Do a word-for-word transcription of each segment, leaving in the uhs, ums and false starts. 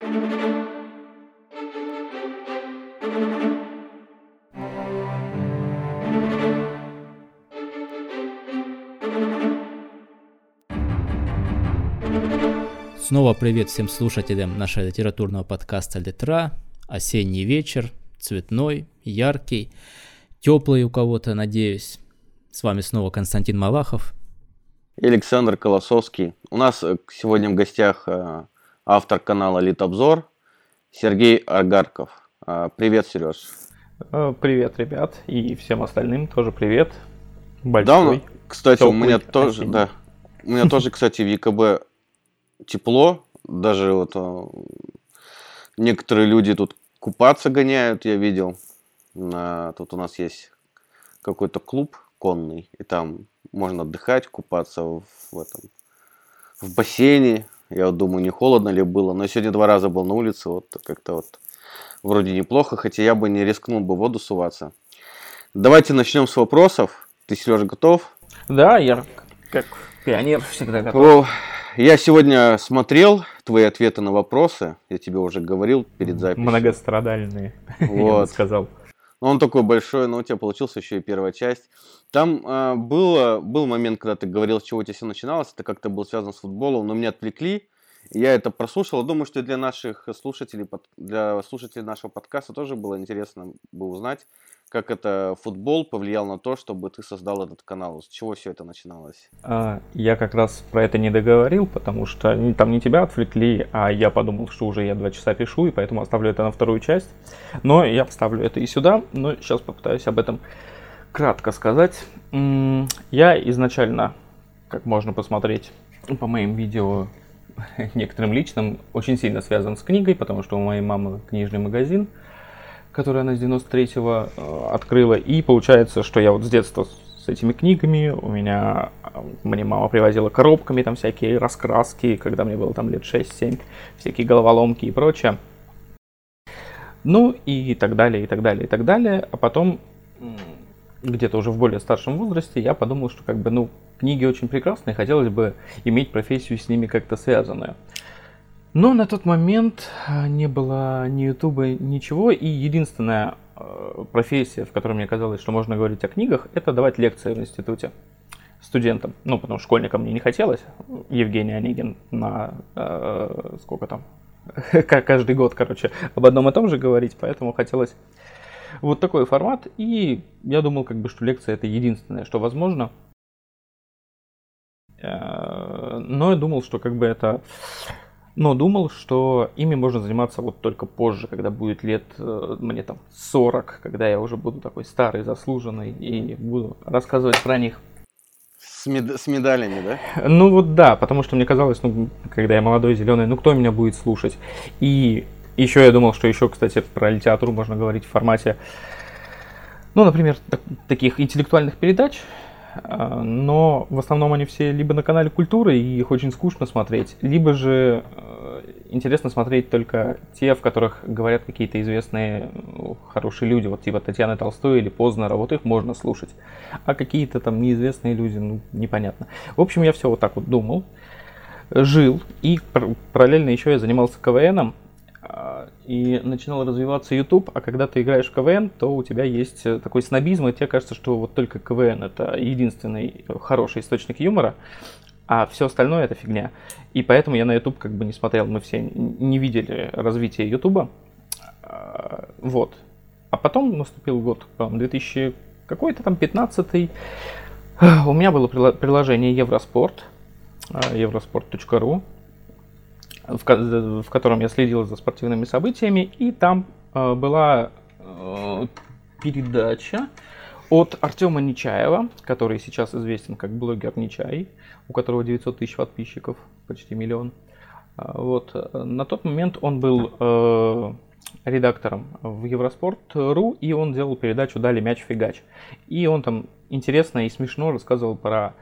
Снова привет всем слушателям нашего литературного подкаста «Литра». Осенний вечер, цветной, яркий, теплый у кого-то, надеюсь. С вами снова Константин Малахов и Александр Колосовский. У нас сегодня в гостях автор канала Литобзор Сергей Агарков. Привет, Сереж. Привет, ребят, и всем остальным тоже привет. Большой. Да, кстати, у меня тоже, да, у меня тоже, кстати, в ЕКБ тепло, даже вот некоторые люди тут купаться гоняют, я видел. Тут у нас есть какой-то клуб конный, и там можно отдыхать, купаться в, этом, в бассейне. Я вот думаю, не холодно ли было, но сегодня два раза был на улице, вот как-то вот вроде неплохо, хотя я бы не рискнул бы в воду суваться. Давайте начнем с вопросов. Ты, Сережа, готов? Да, я как пионер всегда готов. О, я сегодня смотрел твои ответы на вопросы, я тебе уже говорил перед записью. Многострадальные, вот. Я бы сказал. Он такой большой, но у тебя получилась еще и первая часть. Там э, было, был момент, когда ты говорил, с чего у тебя все начиналось, это как-то было связано с футболом, но меня отвлекли. Я это прослушал. Думаю, что и для наших слушателей, для слушателей нашего подкаста тоже было интересно бы узнать, как это футбол повлиял на то, чтобы ты создал этот канал. С чего все это начиналось? А, я как раз про это не договорил, потому что там не тебя отвлекли, а я подумал, что уже я два часа пишу, и поэтому оставлю это на вторую часть. Но я вставлю это и сюда, но сейчас попытаюсь об этом кратко сказать. Я изначально, как можно посмотреть по моим видео, некоторым личным, очень сильно связан с книгой, потому что у моей мамы книжный магазин, который она с девяносто третьего э, открыла. И получается, что я вот с детства с этими книгами, у меня, мне мама привозила коробками там всякие раскраски, когда мне было там лет шесть-семь, всякие головоломки и прочее. Ну и так далее, и так далее, и так далее. А потом, где-то уже в более старшем возрасте, я подумал, что как бы, ну, книги очень прекрасные, хотелось бы иметь профессию с ними как-то связанную. Но на тот момент не было ни Ютуба, ничего, и единственная э, профессия, в которой мне казалось, что можно говорить о книгах, это давать лекции в институте студентам. Ну, потому что школьникам мне не хотелось. Евгений Онегин на э, сколько там, каждый год, короче, об одном и том же говорить, поэтому хотелось вот такой формат, и я думал, как бы, что лекция это единственное, что возможно. Но я думал, что как бы это... Но думал, что ими можно заниматься вот только позже, когда будет лет мне там сорок, когда я уже буду такой старый, заслуженный и буду рассказывать про них. С, мед... с медалями, да? Ну вот да, потому что мне казалось, ну, когда я молодой, зеленый, ну кто меня будет слушать? И еще я думал, что еще, кстати, про литературу можно говорить в формате, ну, например, так, таких интеллектуальных передач, но в основном они все либо на канале Культуры, и их очень скучно смотреть, либо же э, интересно смотреть только те, в которых говорят какие-то известные ну, хорошие люди, вот типа Татьяны Толстой или Познера, вот их можно слушать, а какие-то там неизвестные люди, ну, непонятно. В общем, я все вот так вот думал, жил, и пар- параллельно еще я занимался КВНом, и начинал развиваться YouTube, а когда ты играешь в КВН, то у тебя есть такой снобизм, и тебе кажется, что вот только КВН это единственный хороший источник юмора, а все остальное это фигня. И поэтому я на YouTube как бы не смотрел, мы все не видели развития YouTube. Вот. А потом наступил год, две тысячи какой-то там пятнадцатый. У меня было приложение Евроспорт, евроспорт точка ру. В, в котором я следил за спортивными событиями, и там э, была э, передача от Артема Нечаева, который сейчас известен как блогер Нечай, у которого девятьсот тысяч подписчиков, почти миллион. А, вот. На тот момент он был э, редактором в Евроспорт точка ру, и он делал передачу «Дали мяч фигач». И он там интересно и смешно рассказывал про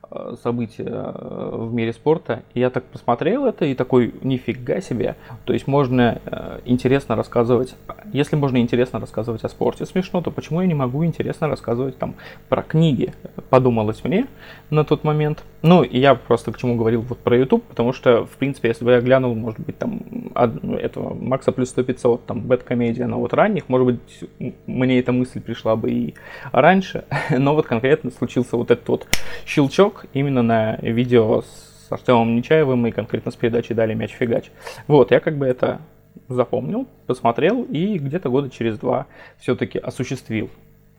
э, события э, в мире спорта. И я так посмотрел это и такой, нифига себе. То есть можно э, интересно рассказывать, если можно интересно рассказывать о спорте смешно, то почему я не могу интересно рассказывать там про книги? Подумалось мне на тот момент. Ну, и я просто к чему говорил вот про YouTube, потому что, в принципе, если бы я глянул, может быть, там, этого Макса плюс сто пятьсот, там, Бэдкомедиана, вот ранних, может быть, мне эта мысль пришла бы и раньше, но вот конкретно случился вот этот вот щелчок именно на видео с Артемом Нечаевым и конкретно с передачей «Дали мяч фигач». Вот, я как бы это запомнил, посмотрел и где-то года через два все-таки осуществил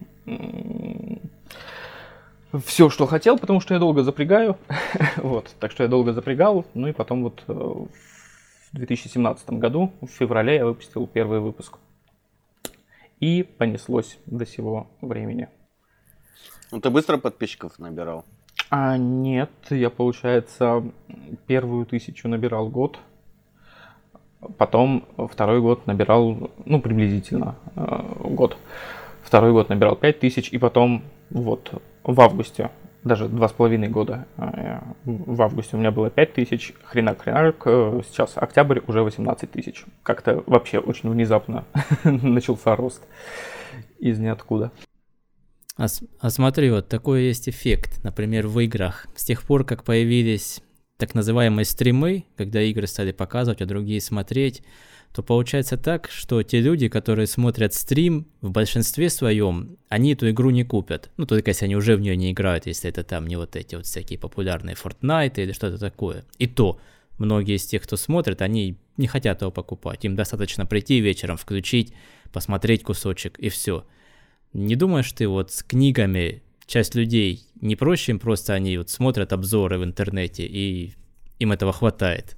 все, что хотел, потому что я долго запрягаю. Вот, так что я долго запрягал. Ну и потом вот в две тысячи семнадцатом году, в феврале, я выпустил первый выпуск. И понеслось до сего времени. Ну ты быстро подписчиков набирал? А нет, я, получается, первую тысячу набирал год. Потом второй год набирал, ну, приблизительно год. Второй год набирал пять тысяч, и потом вот в августе, даже два с половиной года, в августе у меня было пять тысяч, хренак-хренак, сейчас октябрь, уже восемнадцать тысяч. Как-то вообще очень внезапно начался рост из ниоткуда. А, а смотри, вот такой есть эффект, например, в играх. С тех пор, как появились так называемые стримы, когда игры стали показывать, а другие смотреть, то получается так, что те люди, которые смотрят стрим, в большинстве своем, они эту игру не купят. Ну, только если они уже в нее не играют, если это там не вот эти вот всякие популярные Fortnite или что-то такое. И то, многие из тех, кто смотрит, они не хотят его покупать. Им достаточно прийти вечером, включить, посмотреть кусочек и все. Не думаешь ты вот с книгами, часть людей не проще, им просто они вот смотрят обзоры в интернете и им этого хватает?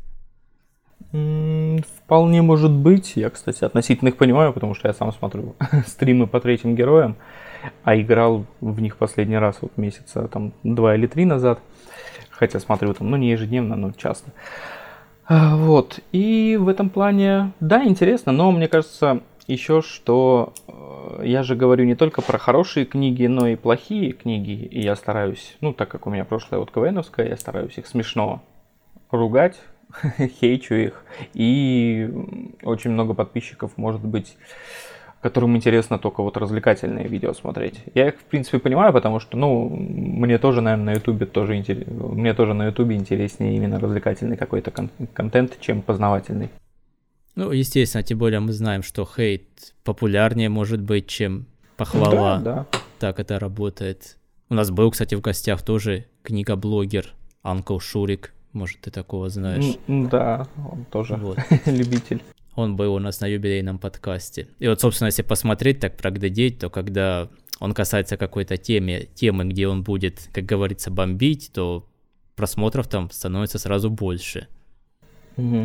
Вполне может быть. Я, кстати, относительно их понимаю, потому что я сам смотрю стримы по третьим героям, а играл в них последний раз вот месяца там два или три назад. Хотя смотрю там, ну не ежедневно, но часто. Вот. И в этом плане, да, интересно, но мне кажется еще, что я же говорю не только про хорошие книги, но и плохие книги. И я стараюсь, ну так как у меня прошлое вот КВНовское, я стараюсь их смешно ругать, хейчу их, и очень много подписчиков, может быть, которым интересно только вот развлекательные видео смотреть. Я их, в принципе, понимаю, потому что, ну, мне тоже, наверное, на Ютубе тоже интерес... мне тоже на Ютубе интереснее именно развлекательный какой-то кон- контент, чем познавательный. Ну, естественно, тем более мы знаем, что хейт популярнее может быть, чем похвала. Да, да. Так это работает. У нас был, кстати, в гостях тоже книга-блогер Uncle Шурик. Может, ты такого знаешь? Да, он тоже вот. Любитель. Он был у нас на юбилейном подкасте. И вот, собственно, если посмотреть, так проглядеть, то когда он касается какой-то темы, темы, где он будет, как говорится, бомбить, то просмотров там становится сразу больше. Угу.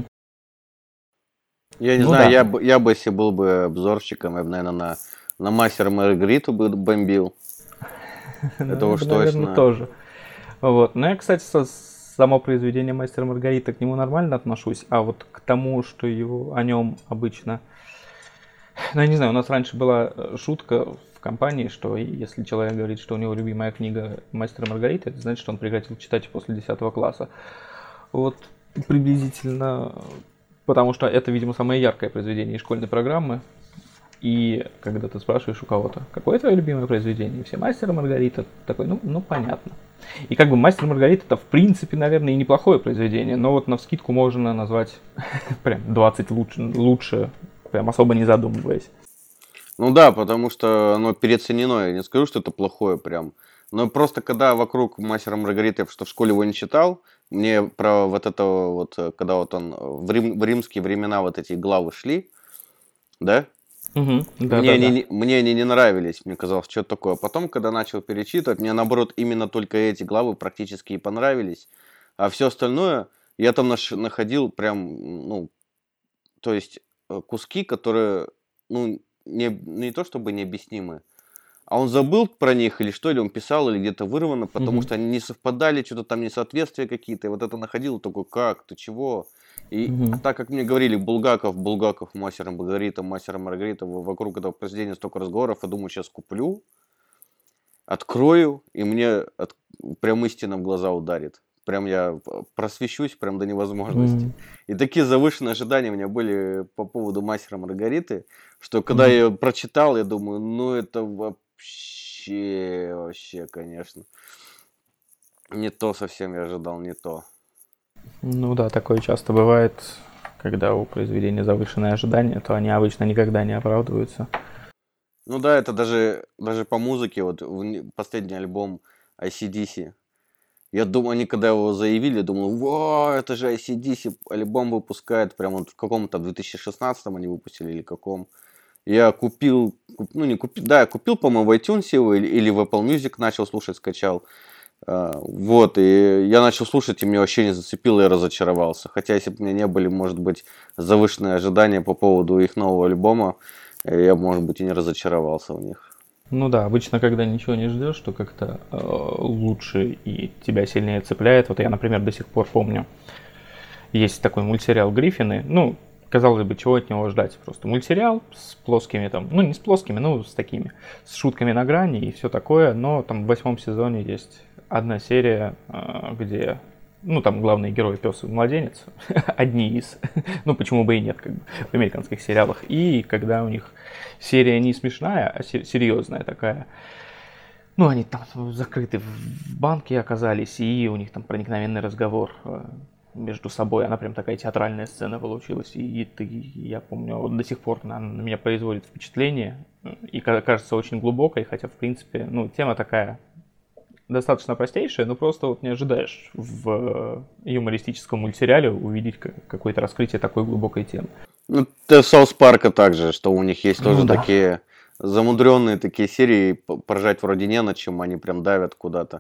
Я не ну, знаю, да. я, бы, я бы, если был бы обзорщиком, я бы, наверное, на, на Мастер Маргариту бы бомбил. Это уж точно. Наверное, тоже. Вот. Ну, я, кстати, со само произведение «Мастер Маргарита», к нему нормально отношусь, а вот к тому, что его о нем обычно... Ну, я не знаю, у нас раньше была шутка в компании, что если человек говорит, что у него любимая книга «Мастер Маргарита», это значит, что он прекратил читать после десятого класса. Вот приблизительно, потому что это, видимо, самое яркое произведение из школьной программы. И когда ты спрашиваешь у кого-то, какое твое любимое произведение, и все «Мастер Маргарита», такой, ну, ну понятно. И как бы «Мастер Маргарита» это в принципе, наверное, и неплохое произведение, но вот навскидку можно назвать прям двадцать лучше, лучше, прям особо не задумываясь. Ну да, потому что оно переоценено, я не скажу, что это плохое прям. Но просто когда вокруг «Мастера Маргариты», что в школе его не читал, мне про вот это вот, когда вот он в, Рим, в римские времена вот эти главы шли, да? Угу, да, мне, да, они, да. мне они не нравились, мне казалось, что это такое. А потом, когда начал перечитывать, мне наоборот именно только эти главы практически и понравились. А все остальное я там наш, находил прям, ну, то есть куски, которые, ну, не, не то чтобы необъяснимы, а он забыл про них или что, или он писал, или где-то вырвано, потому mm-hmm. что они не совпадали, что-то там несоответствия какие-то. И вот это находил, такой, как, ты чего? И mm-hmm. так как мне говорили Булгаков, Булгаков, Мастер Маргарита, Мастер Маргарита, вокруг этого произведения столько разговоров, я думаю, сейчас куплю. открою, и мне от- прям истина в глаза ударит. Прям я просвещусь прям до невозможности. Мгм. И такие завышенные ожидания у меня были по поводу «Мастера Маргариты», что когда Мгм. я ее прочитал, я думаю, ну это вообще, вообще, конечно. Не то совсем я ожидал, не то. Ну да, такое часто бывает, когда у произведения завышенные ожидания, то они обычно никогда не оправдываются. Ну да, это даже, даже по музыке, вот в не- последний альбом эй си ди си. Я думаю, они когда его заявили, думаю, во, это же эй си ди си альбом выпускает, прям вот в каком-то две тысячи шестнадцатом они выпустили или каком. Я купил, куп- ну не купил, да, я купил, по-моему, в iTunes его или, или в Apple Music начал слушать, скачал. А, вот, и я начал слушать, и меня вообще не зацепило, я разочаровался. Хотя, если бы у меня не были, может быть, завышенные ожидания по поводу их нового альбома, э, я, может быть, и не разочаровался в них. Ну да, обычно, когда ничего не ждешь, то как-то э, лучше и тебя сильнее цепляет. Вот я, например, до сих пор помню, есть такой мультсериал «Гриффины». Ну, казалось бы, чего от него ждать? Просто мультсериал с плоскими там, ну не с плоскими, но с такими, с шутками на грани и все такое. Но там в восьмом сезоне есть одна серия, э, где, ну там главный герой пес и младенец, одни из, ну почему бы и нет, как бы, в американских сериалах. И когда у них серия не смешная, а се- серьезная такая, ну, они там закрыты в банке оказались, и у них там проникновенный разговор э, между собой. Она прям такая театральная сцена получилась. И ты, я помню, вот до сих пор она на меня производит впечатление. э, И ка- кажется очень глубокой, хотя, в принципе, ну, тема такая достаточно простейшая, но просто вот не ожидаешь в э, юмористическом мультсериале увидеть ка- какое-то раскрытие такой глубокой темы. Ну, это Саус Парка также, что у них есть Ну тоже да. такие замудренные такие серии, п- поражать вроде не на чем, они прям давят куда-то.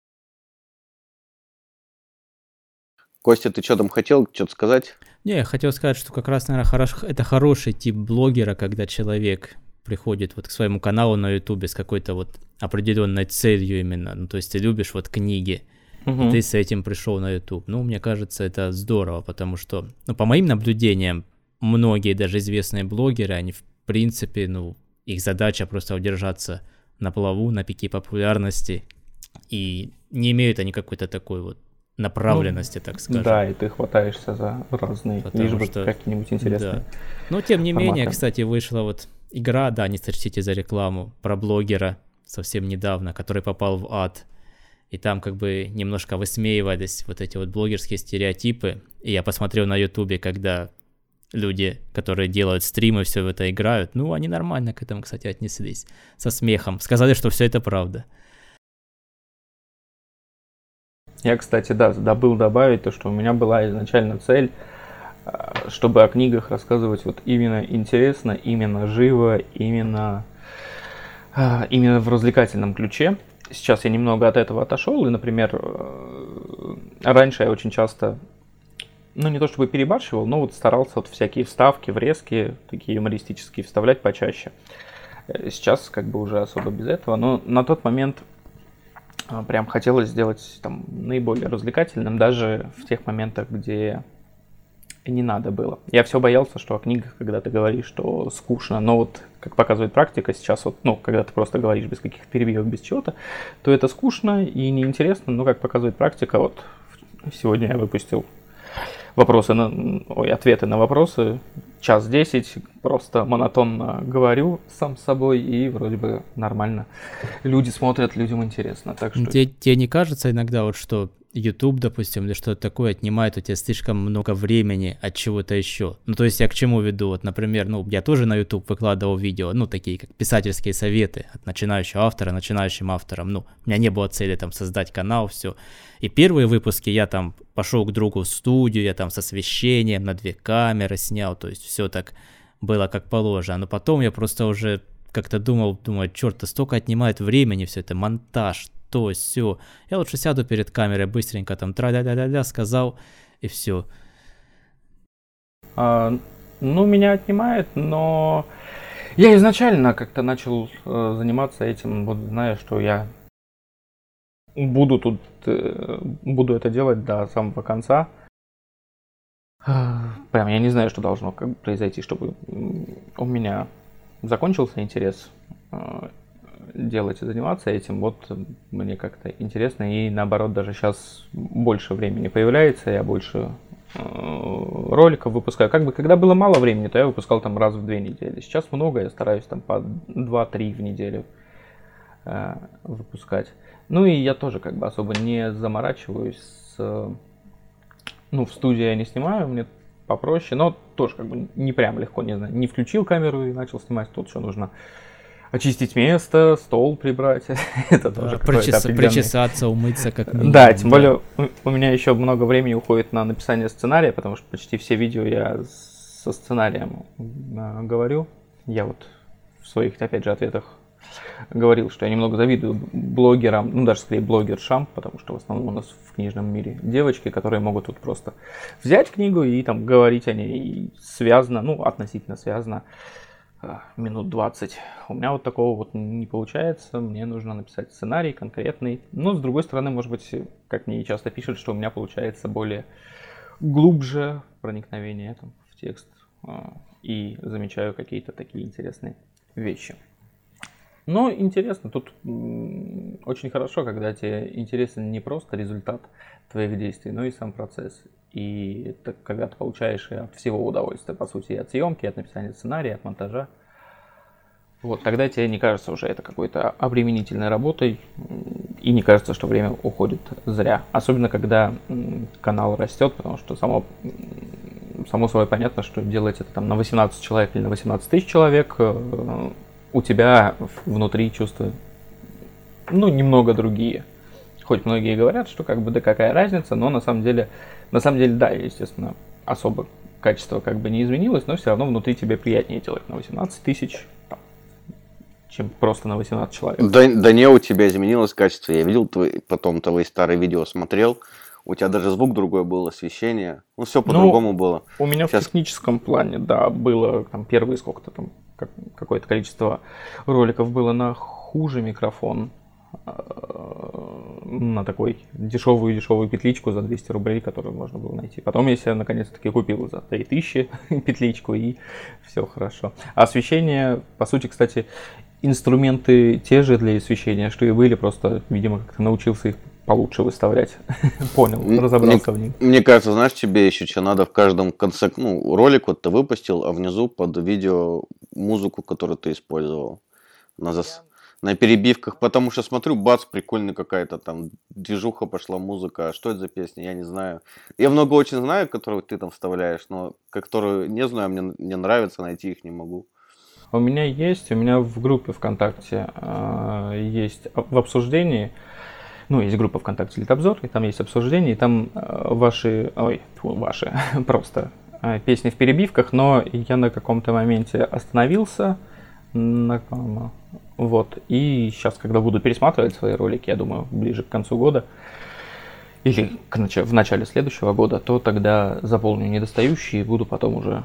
Костя, ты что там хотел что-то сказать? Не, я хотел сказать, что как раз, наверное, хорош... это хороший тип блогера, когда человек приходит вот к своему каналу на Ютубе с какой-то вот определенной целью именно. Ну, то есть ты любишь вот книги, и Мгм. ты с этим пришел на YouTube. Ну, мне кажется, это здорово, потому что, ну, по моим наблюдениям, многие даже известные блогеры, они в принципе, ну, их задача просто удержаться на плаву, на пике популярности, и не имеют они какой-то такой вот направленности, так скажем. Да, и ты хватаешься за разные, Потому лишь бы что- какие-нибудь интересные. Да. Но тем не менее, форматы. кстати, вышла вот игра, да, не сочтите за рекламу, про блогера совсем недавно, который попал в ад. И там как бы немножко высмеивались вот эти вот блогерские стереотипы. И я посмотрел на Ютубе, когда люди, которые делают стримы, все в это играют. Ну, они нормально к этому, кстати, отнеслись. Со смехом. Сказали, что все это правда. Я, кстати, да, забыл добавить то, что у меня была изначально цель, а, чтобы о книгах рассказывать вот именно интересно, именно живо, именно, а, именно в развлекательном ключе. Сейчас я немного от этого отошел, и, например, э, раньше я очень часто, ну не то чтобы перебарщивал, но вот старался вот всякие вставки, врезки, такие юмористические вставлять почаще. Э, Сейчас как бы уже особо без этого, но на тот момент а, прям хотелось сделать там наиболее развлекательным, даже в тех моментах, где не надо было. Я все боялся, что о книгах, когда ты говоришь, что скучно, но вот, как показывает практика, сейчас вот, ну, когда ты просто говоришь без каких-то перебивок, без чего-то, то это скучно и неинтересно, но, как показывает практика, вот сегодня я выпустил вопросы на, ой, ответы на вопросы, час десять, просто монотонно говорю сам с собой, и вроде бы нормально. Люди смотрят, людям интересно, так что... Тебе, тебе не кажется иногда вот, что YouTube, допустим, или что-то такое отнимает у тебя слишком много времени от чего-то еще? Ну, то есть я к чему веду? Вот, например, ну, я тоже на YouTube выкладывал видео, ну, такие как писательские советы от начинающего автора, начинающим авторам. Ну, у меня не было цели там создать канал, все. И первые выпуски я там пошел к другу в студию, я там с освещением на две камеры снял, то есть все так было как положено. Но потом я просто уже как-то думал, думаю, черт, столько отнимает времени все это, монтаж, то, все. Я лучше сяду перед камерой, быстренько там тра-ля-ля-ля-ля сказал, и все. А, ну, меня отнимает, но я изначально как-то начал э, заниматься этим, вот зная, что я буду тут, э, буду это делать до самого конца. А, Прям я не знаю, что должно как бы произойти, чтобы м, у меня закончился интерес. А, делать и заниматься этим, вот мне как-то интересно, и наоборот, даже сейчас больше времени появляется, я больше роликов выпускаю. Как бы, когда было мало времени, то я выпускал там раз в две недели. Сейчас много, я стараюсь там по два-три в неделю э, выпускать. Ну и я тоже как бы особо не заморачиваюсь с... Ну, в студии я не снимаю, мне попроще, но тоже как бы не прям легко, не знаю. Не включил камеру и начал снимать, тут еще нужно очистить место, стол прибрать. Это Да, тоже причес- определенный... причесаться, умыться как минимум. Да, тем более у- у меня еще много времени уходит на написание сценария, потому что почти все видео я со сценарием э, говорю. Я вот в своих, опять же, ответах говорил, что я немного завидую блогерам, ну даже скорее блогершам, потому что в основном у нас в книжном мире девочки, которые могут вот просто взять книгу и там говорить о ней связано, ну относительно связано, минут двадцать. У меня вот такого вот не получается, мне нужно написать сценарий конкретный. Но с другой стороны, может быть, как мне часто пишут, что у меня получается более глубже проникновение там, в текст и замечаю какие-то такие интересные вещи. Но интересно, тут м, очень хорошо, когда тебе интересен не просто результат твоих действий, но и сам процесс. И это когда ты получаешь и от всего удовольствие, по сути, и от съемки, и от написания сценария, от монтажа. Вот, тогда тебе не кажется уже это какой-то обременительной работой, и не кажется, что время уходит зря. Особенно, когда м, канал растет, потому что само, само собой понятно, что делать это там на восемнадцать человек или на восемнадцать тысяч человек, э, у тебя внутри чувства, ну, немного другие. Хоть многие говорят, что как бы да какая разница, но на самом деле, на самом деле, да, естественно, особо качество как бы не изменилось, но все равно внутри тебе приятнее делать на восемнадцать тысяч, там, чем просто на восемнадцать человек. Да, да не, у тебя изменилось качество. Я видел твои, потом твои старые видео смотрел. У тебя даже звук другой был, освещение. Ну, все по-другому ну, было. У меня Сейчас... в техническом плане, да, было там первые сколько-то там, как, какое-то количество роликов было на хуже микрофон. На такой дешевую-дешевую петличку за двести рублей, которую можно было найти. Потом я себе наконец-таки купил за три тысячи петличку, и все хорошо. А освещение, по сути, кстати, инструменты те же для освещения, что и были, просто, видимо, как-то научился их получше выставлять. Понял, разобрался мне, в них. Мне кажется, знаешь, тебе еще что надо в каждом конце, ну, ролик вот ты выпустил, а внизу под видео музыку, которую ты использовал. На зас... На перебивках, потому что смотрю, бац, прикольная какая-то там движуха пошла, музыка. А что это за песня, я не знаю. Я много очень знаю, которую ты там вставляешь, но которую не знаю, мне не нравится, найти их не могу. У меня есть, у меня в группе ВКонтакте э, есть в обсуждении, ну, есть группа ВКонтакте Литобзор, и там есть обсуждение, и там э, ваши, ой, фу, ваши, просто э, песни в перебивках, но я на каком-то моменте остановился, на вот, и сейчас, когда буду пересматривать свои ролики, я думаю, ближе к концу года, или к нач- в начале следующего года, то тогда заполню недостающие и буду потом уже...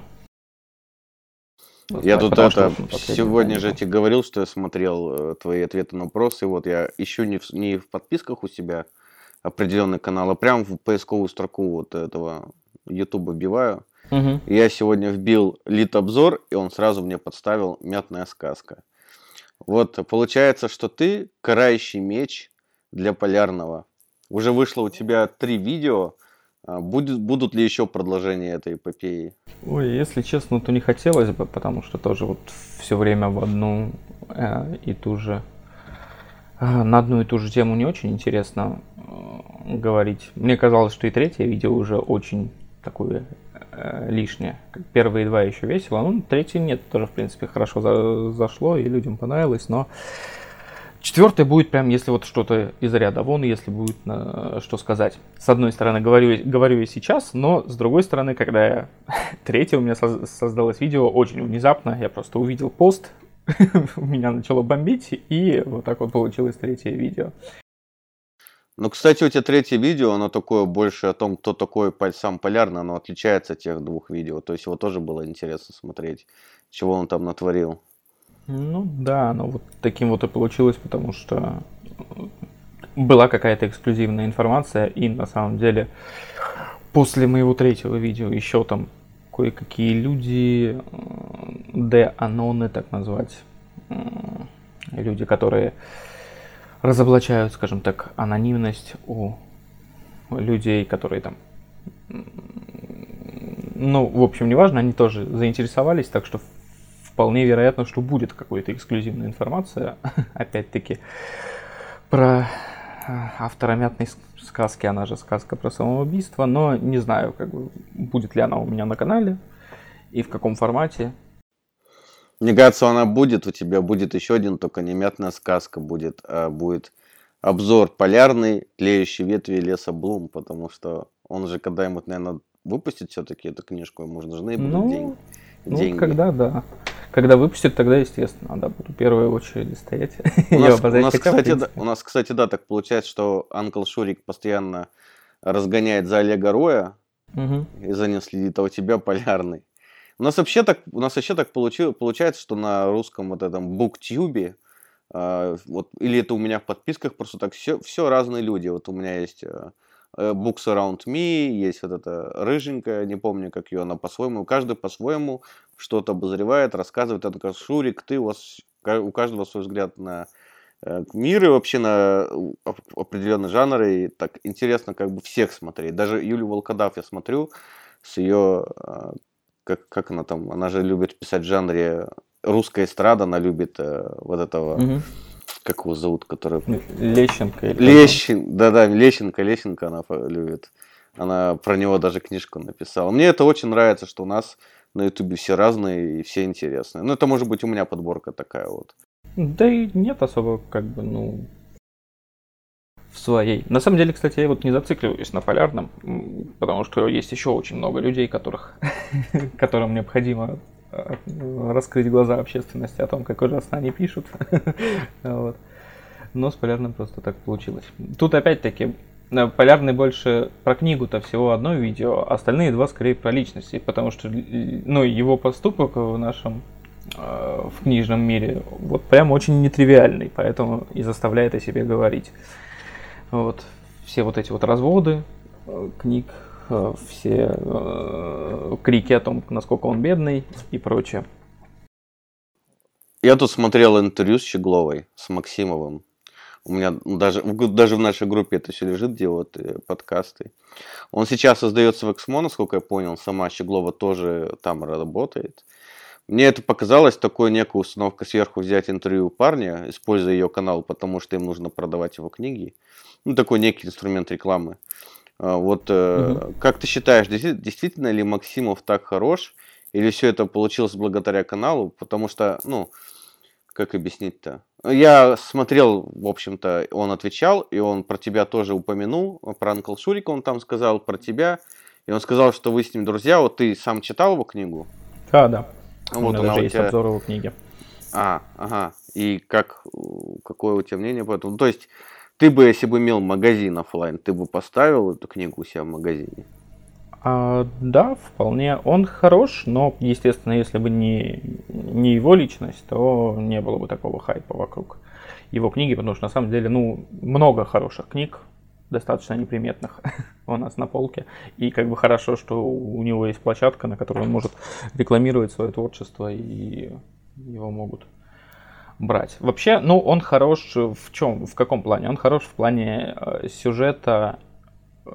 Я тут это, вот сегодня же тебе говорил, что я смотрел э, твои ответы на вопросы, вот я ищу не в, не в подписках у себя определенный канал, а прям в поисковую строку вот этого YouTube вбиваю. Угу. Я сегодня вбил Литобзор, и он сразу мне подставил «Мятная сказка». Вот, получается, что ты карающий меч для Полярного. Уже вышло у тебя три видео. Будет, будут ли еще продолжения этой эпопеи? Ой, если честно, то не хотелось бы, потому что тоже вот все время в одну э, и ту же... Э, на одну и ту же тему не очень интересно э, говорить. Мне казалось, что и третье видео уже очень такое э, лишнее. Первые два еще весело, ну, третье нет, тоже, в принципе, хорошо за, зашло и людям понравилось, но четвертое будет прям, если вот что-то из ряда вон, если будет э, что сказать. С одной стороны, говорю, говорю я сейчас, но с другой стороны, когда я... третье у меня соз- создалось видео очень внезапно, я просто увидел пост, у меня начало бомбить, и вот так вот получилось третье видео. Ну, кстати, у тебя третье видео, оно такое больше о том, кто такой сам Полярный, оно отличается от тех двух видео. То есть его тоже было интересно смотреть, чего он там натворил. Ну да, оно вот таким вот и получилось, потому что была какая-то эксклюзивная информация, и на самом деле после моего третьего видео еще там кое-какие люди, де-аноны, так назвать, люди, которые разоблачают, скажем так, анонимность у людей, которые там, ну, в общем, неважно, они тоже заинтересовались, так что вполне вероятно, что будет какая-то эксклюзивная информация, опять-таки, про автора «Мятной сказки», она же сказка про самоубийство, но не знаю, как бы, будет ли она у меня на канале и в каком формате. Мне кажется, она будет, у тебя будет еще один, только не «Мятная сказка» будет, а будет обзор «Полярный, тлеющие ветви леса Блум», потому что он же когда-нибудь, наверное, выпустит все-таки эту книжку, ему же нужны будут Ну, деньги. ну, деньги. когда, да. Когда выпустят, тогда, естественно, да, буду в первую очередь стоять. У и нас, у обозрять. нас, Хотя, в кстати, да, принципе, у нас, кстати, да, так получается, что Анкл Шурик постоянно разгоняет за Олега Роя, мгм. и за ним следит, а у тебя Полярный. У нас вообще так, у нас вообще так получи- получается, что на русском вот этом буктюбе, а, вот, или это у меня в подписках просто так, все, все разные люди. Вот у меня есть э, э, Books Around Me, есть вот эта рыженькая, не помню, как ее, она по-своему, каждый по-своему что-то обозревает, рассказывает. Это как Шурик, ты, у вас, ка- у каждого свой взгляд на э, мир и вообще на у- оп- определенный жанр. И так интересно как бы всех смотреть. Даже Юлю Волкодав я смотрю с ее, э, как, как она там, она же любит писать в жанре русская эстрада, она любит э, вот этого, Мгм. как его зовут, который... Лещенко. или как там. Лещен, да-да, Лещенко, Лещенко она фа- любит. Она про него даже книжку написала. Мне это очень нравится, что у нас на Ютубе все разные и все интересные. Ну, это может быть у меня подборка такая вот. Да и нет особо, как бы, ну, в своей. На самом деле, кстати, я вот не зацикливаюсь на Полярном, м, потому что есть еще очень много людей, которых, которым необходимо э, раскрыть глаза общественности о том, как ужасно они пишут. Вот. Но с Полярным просто так получилось. Тут опять-таки э, Полярный больше про книгу-то всего одно видео, а остальные два скорее про личности, потому что л- ну, его поступок в нашем э, в книжном мире вот прям очень нетривиальный, поэтому и заставляет о себе говорить. Вот. Все вот эти вот разводы э, книг, э, все э, крики о том, насколько он бедный и прочее. Я тут смотрел интервью с Щегловой, с Максимовым. У меня ну, даже, в г- даже в нашей группе это все лежит, где вот э, подкасты. Он сейчас создается в Эксмо, насколько я понял. Сама Щеглова тоже там работает. Мне это показалось такой некой установкой сверху взять интервью у парня, используя ее канал, потому что им нужно продавать его книги. Ну, такой некий инструмент рекламы. А, Вот э, Мгм. как ты считаешь, действи- действительно ли Максимов так хорош, или все это получилось благодаря каналу? Потому что, ну, как объяснить-то? Я смотрел, в общем-то, он отвечал, и он про тебя тоже упомянул, про Анкл Шурика он там сказал, про тебя. И он сказал, что вы с ним друзья. Вот ты сам читал его книгу? А, да. У Вот меня она даже у есть тебя... обзор его книги. А, ага. И как, э, какое у тебя мнение по этому? Ну, то есть, ты бы, если бы имел магазин оффлайн, ты бы поставил эту книгу у себя в магазине? А, да, вполне. Он хорош, но, естественно, если бы не, не его личность, то не было бы такого хайпа вокруг его книги, потому что на самом деле, ну, много хороших книг, достаточно неприметных у нас на полке. И как бы хорошо, что у него есть площадка, на которой он может рекламировать свое творчество, и его могут брать. Вообще, ну, он хорош в чем, в каком плане? Он хорош в плане э, сюжета. э,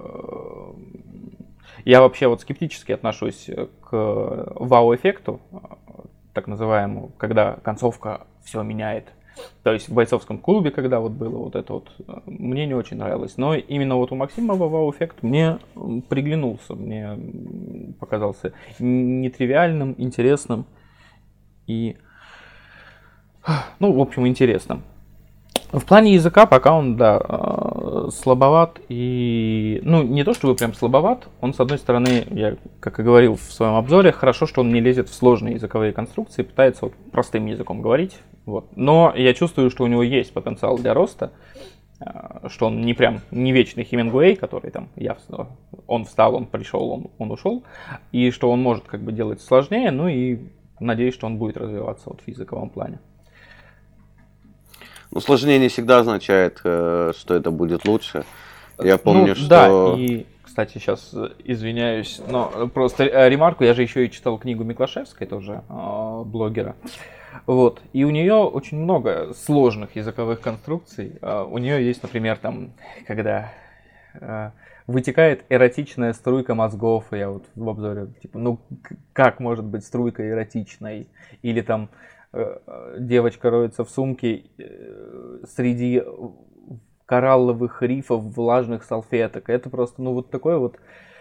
Я вообще вот скептически отношусь к вау-эффекту, э, так называемому, когда концовка все меняет. То есть в бойцовском клубе, когда вот было вот это вот, э, мне не очень нравилось. Но именно вот у Максимова вау-эффект мне м, приглянулся, мне м, показался нетривиальным, интересным и, ну, в общем, интересным. В плане языка пока он, да, э, слабоват и, ну, не то чтобы прям слабоват, он, с одной стороны, я, как и говорил в своем обзоре, хорошо, что он не лезет в сложные языковые конструкции, пытается вот простым языком говорить, вот. Но я чувствую, что у него есть потенциал для роста, э, что он не прям, не вечный Хемингуэй, который там, я, встал, он встал, он пришел, он, он ушел, и что он может как бы делать сложнее, ну и надеюсь, что он будет развиваться вот в языковом плане. Ну, сложнее не всегда означает, э, что это будет лучше. Я помню, Ну, да, что... и, кстати, сейчас извиняюсь, но просто ремарку, я же еще и читал книгу Миклашевской, тоже блогера. Вот. И у нее очень много сложных языковых конструкций. У нее есть, например, там, когда вытекает эротичная струйка мозгов, и я вот в обзоре, типа, ну как может быть струйка эротичной? Или там девочка роется в сумке среди коралловых рифов влажных салфеток. Это просто, ну, вот такое вот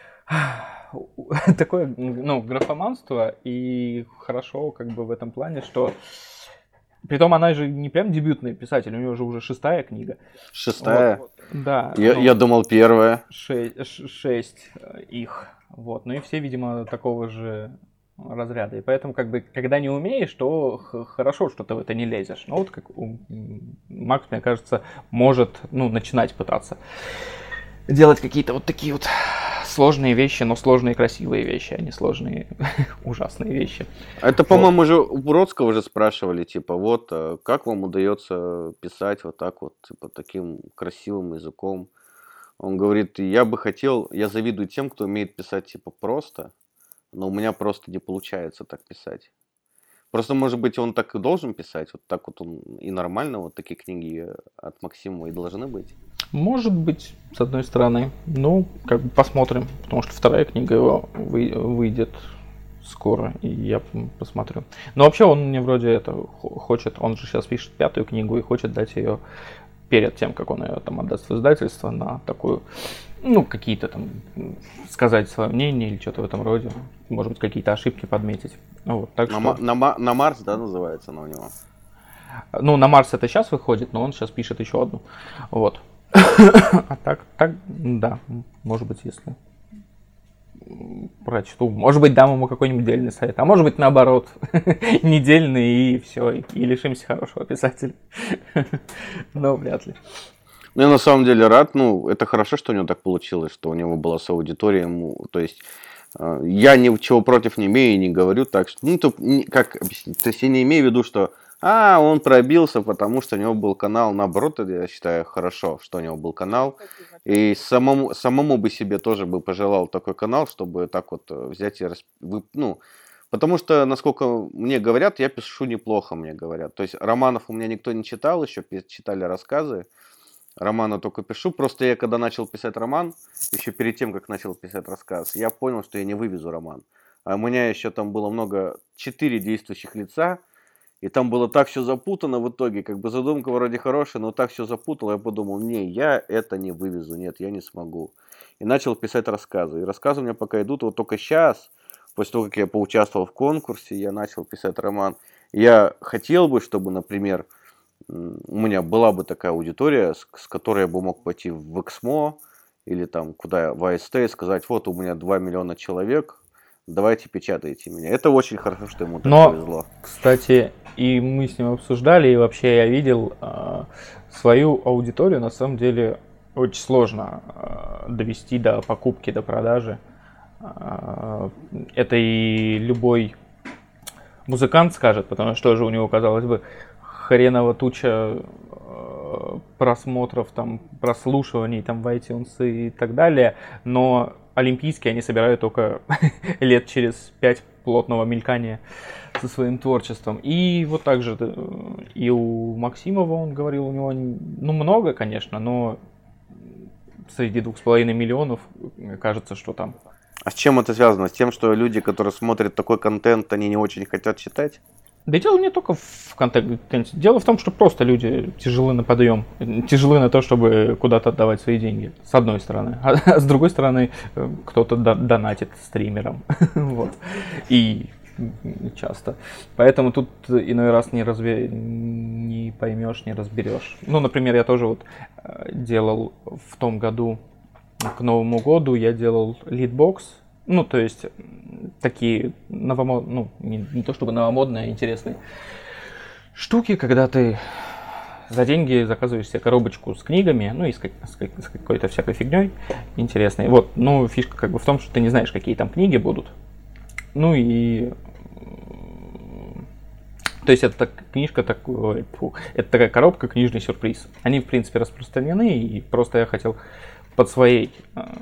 такое, ну, графоманство, и хорошо как бы в этом плане, что притом она же не прям дебютный писатель, у нее же уже шестая книга. Шестая? Вот, да. Я, ну, я думал первая. Шесть, шесть их. Вот. Ну и все, видимо, такого же разряда. И поэтому, как бы, когда не умеешь, то х- хорошо, что ты в это не лезешь. Ну вот как у Макс, мне кажется, может, ну, начинать пытаться делать какие-то вот такие вот сложные вещи, но сложные красивые вещи, а не сложные ужасные вещи. Это, по-моему, уже у Бродского же спрашивали, типа, вот, а как вам удается писать вот так вот, типа, таким красивым языком? Он говорит, я бы хотел, я завидую тем, кто умеет писать, типа, просто, но у меня просто не получается так писать. Просто, может быть, он так и должен писать, вот так вот он и нормально, вот такие книги от Максимова и должны быть. Может быть, с одной стороны. Ну, как бы посмотрим, потому что вторая книга его вы- выйдет скоро, и я м, посмотрю. Но вообще он мне вроде это хо- хочет, он же сейчас пишет пятую книгу и хочет дать ее перед тем, как он ее там отдаст в издательство, на такую, ну, какие-то там, м, сказать свое мнение или что-то в этом роде. Может быть, какие-то ошибки подметить. Вот, так На, что... Ма- на, Ма- на Марс, да, называется она у него? Ну, на Марс это сейчас выходит, но он сейчас пишет еще одну. Вот. А так, так, да, может быть, если прочту. Может быть, дам ему какой-нибудь дельный совет. А может быть, наоборот, недельный, и все, и, и лишимся хорошего писателя. Но вряд ли. Ну, я на самом деле рад, ну, это хорошо, что у него так получилось, что у него была соаудитория, ему, то есть, э, я ничего против не имею и не говорю так, что, ну, то, не- как объяснить, то есть, я не имею в виду, что, а, он пробился, потому что у него был канал, наоборот, это я считаю хорошо, что у него был канал, и самому, самому бы себе тоже бы пожелал такой канал, чтобы так вот э, взять и, рас- вы- ну, потому что, насколько мне говорят, я пишу неплохо, мне говорят, то есть, романов у меня никто не читал еще, пи- читали рассказы, романа только пишу. Просто я когда начал писать роман, еще перед тем, как начал писать рассказ, я понял, что я не вывезу роман. А у меня еще там было много, четыре действующих лица, и там было так все запутано в итоге, как бы задумка вроде хорошая, но так все запутало, я подумал, не, я это не вывезу, нет, я не смогу. И начал писать рассказы. И рассказы у меня пока идут, вот только сейчас, после того, как я поучаствовал в конкурсе, я начал писать роман. Я хотел бы, чтобы, например, у меня была бы такая аудитория, с, с которой я бы мог пойти в Эксмо или там куда в АСТ и сказать, вот у меня два миллиона человек, давайте печатайте меня. Это очень хорошо, что ему так Но, повезло. кстати, и мы с ним обсуждали, и вообще я видел э, свою аудиторию, на самом деле очень сложно э, довести до покупки, до продажи. Э, это и любой музыкант скажет, потому что же у него, казалось бы, хреново туча э, просмотров, там, прослушиваний там, в iTunes и так далее, но олимпийские они собирают только лет через пять плотного мелькания со своим творчеством. И вот так же э, и у Максимова, он говорил, у него, ну, много, конечно, но среди двух с половиной миллионов кажется, что там... А с чем это связано? С тем, что люди, которые смотрят такой контент, они не очень хотят читать? Да и дело не только в контенте. Дело в том, что просто люди тяжелы на подъем, тяжелы на то, чтобы куда-то отдавать свои деньги, с одной стороны. А с другой стороны, кто-то донатит стримерам. Вот. И часто. Поэтому тут иной раз не, разбе... не поймешь, не разберешь. Ну, например, я тоже вот делал в том году, к Новому году, я делал литбокс. Ну, то есть, такие новомодные, ну, не, не то чтобы новомодные, а интересные штуки, когда ты за деньги заказываешь себе коробочку с книгами, ну, и с, как, с, как, с какой-то всякой фигней интересной. Вот, ну, фишка как бы в том, что ты не знаешь, какие там книги будут. Ну, и... То есть, это так, книжка, такой, фу, это такая коробка, книжный сюрприз. Они, в принципе, распространены, и просто я хотел под своей,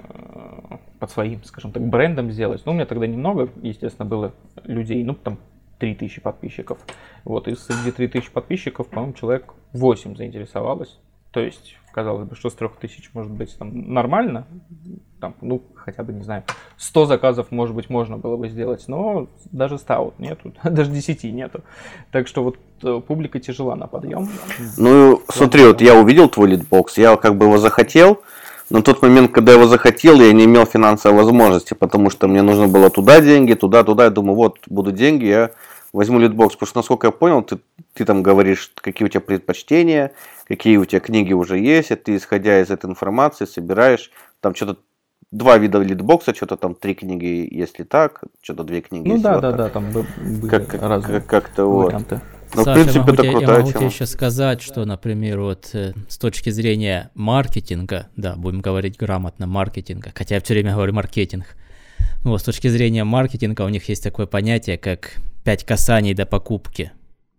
под своим, скажем так, брендом сделать. Ну, у меня тогда немного, естественно, было людей, ну, там, три тысячи подписчиков. Вот, и среди трёх тысяч подписчиков, по-моему, человек восемь заинтересовалось. То есть, казалось бы, что с трех тысяч может быть там нормально, там, ну, хотя бы, не знаю, сто заказов, может быть, можно было бы сделать, но даже ста вот нету, даже десяти нету. Так что вот публика тяжела на подъем. Ну, смотри, вот я увидел твой литбокс, я как бы его захотел, но в тот момент, когда я его захотел, я не имел финансовой возможности, потому что мне нужно было туда деньги, туда-туда, я думаю, вот, будут деньги, я возьму литбокс, потому что, насколько я понял, ты, ты там говоришь, какие у тебя предпочтения, какие у тебя книги уже есть, и ты, исходя из этой информации, собираешь там что-то, два вида литбокса, что-то там три книги, если так, что-то две книги. Ну да, вот да, так. да, там были как, разные как, как-то варианты. Вот. Ну, Саша, в принципе, я могу, это тебе, крутая я могу тема. тебе еще сказать, что, например, вот э, с точки зрения маркетинга, да, будем говорить грамотно, маркетинга, хотя я все время говорю маркетинг, ну, вот с точки зрения маркетинга у них есть такое понятие, как пять касаний до покупки.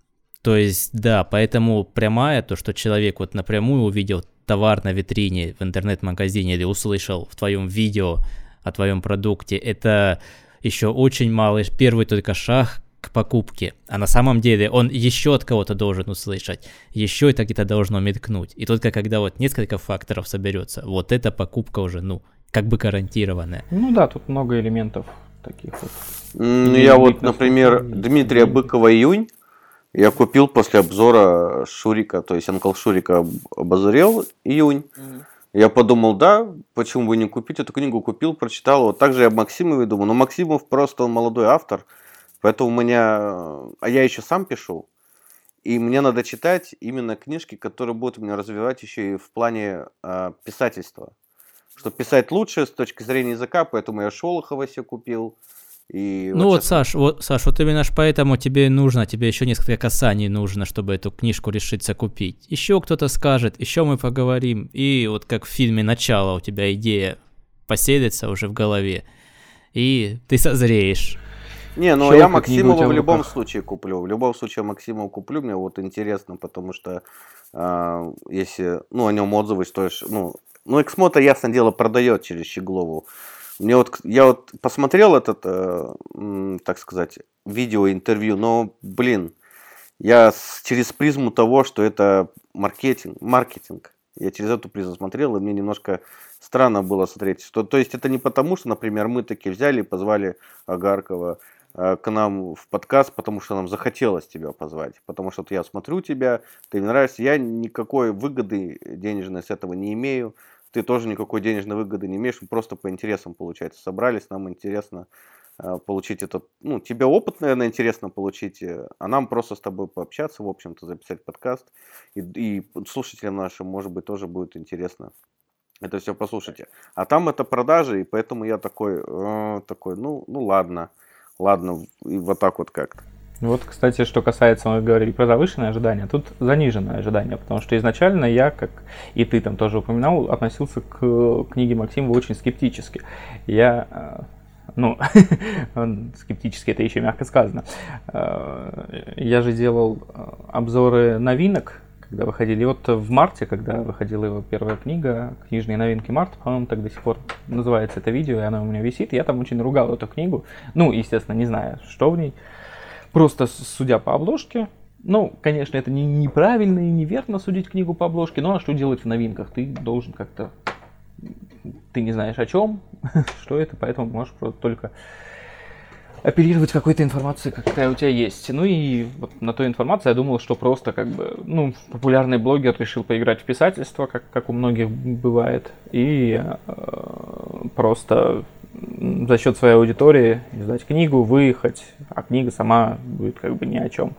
То есть, да, поэтому прямая, то, что человек вот напрямую увидел товар на витрине в интернет-магазине или услышал в твоем видео о твоем продукте, это еще очень малый, первый только шаг к покупке. А на самом деле он еще от кого-то должен услышать, еще это где-то должно мелькнуть. И только когда вот несколько факторов соберется, вот эта покупка уже, ну, как бы гарантированная. Ну да, тут много элементов таких вот. Ну, я вот, например, Дмитрия Быкова «Июнь» я купил после обзора Шурика, то есть Анкл Шурика обозрел «Июнь». Mm. Я подумал, да, почему бы не купить эту книгу, купил, прочитал. Вот также я Максимове думаю, но Максимов просто он молодой автор, поэтому у меня, а я еще сам пишу, и мне надо читать именно книжки, которые будут меня развивать еще и в плане э, писательства. Чтобы писать лучше с точки зрения языка, поэтому я Шолохова себе купил. И ну вот, вот, Саш, вот, Саш, вот именно ж поэтому тебе нужно, тебе еще несколько касаний нужно, чтобы эту книжку решиться купить. Еще кто-то скажет, еще мы поговорим, и вот как в фильме «Начало» у тебя идея поселится уже в голове, и ты созреешь. Не, ну я Максимова в любом случае куплю, в любом случае Максимова куплю, мне вот интересно, потому что э, если, ну, о нем отзывы стоишь, ну, ну, Эксмота, ясное дело, продает через Щеглову. Мне вот, я вот посмотрел этот, э, так сказать, видео-интервью, но, блин, я с, через призму того, что это маркетинг, маркетинг, я через эту призму смотрел, и мне немножко странно было смотреть. Что, то есть это не потому, что, например, мы таки взяли и позвали Агаркова э, к нам в подкаст, потому что нам захотелось тебя позвать. Потому что вот я смотрю тебя, ты мне нравишься, я никакой выгоды денежной с этого не имею. Ты тоже никакой денежной выгоды не имеешь, просто по интересам, получается, собрались, нам интересно э, получить этот, ну, тебе опыт, наверное, интересно получить, а нам просто с тобой пообщаться, в общем-то, записать подкаст, и, и слушателям нашим, может быть, тоже будет интересно это все послушайте. А там это продажи, и поэтому я такой, э, такой, ну, ну ладно, ладно, и вот так вот как-то. Вот, кстати, что касается, мы говорили про завышенное ожидание, тут заниженное ожидание, потому что изначально я, как и ты там тоже упоминал, относился к книге Максимова очень скептически. Я, ну, скептически это еще мягко сказано. Я же делал обзоры новинок, когда выходили. И вот в марте, когда выходила его первая книга, «Книжные новинки марта», по-моему, так до сих пор называется это видео, и оно у меня висит, я там очень ругал эту книгу, ну, естественно, не знаю, что в ней. Просто судя по обложке, ну, конечно, это не, неправильно и неверно судить книгу по обложке, но а что делать в новинках? Ты должен как-то, ты не знаешь о чем, что это, поэтому можешь просто только оперировать какой-то информацией, какая у тебя есть. Ну и вот на той информации я думал, что просто как бы, ну, популярный блогер решил поиграть в писательство, как, как у многих бывает, и э, просто за счет своей аудитории издать книгу, выехать, а книга сама будет как бы ни о чем.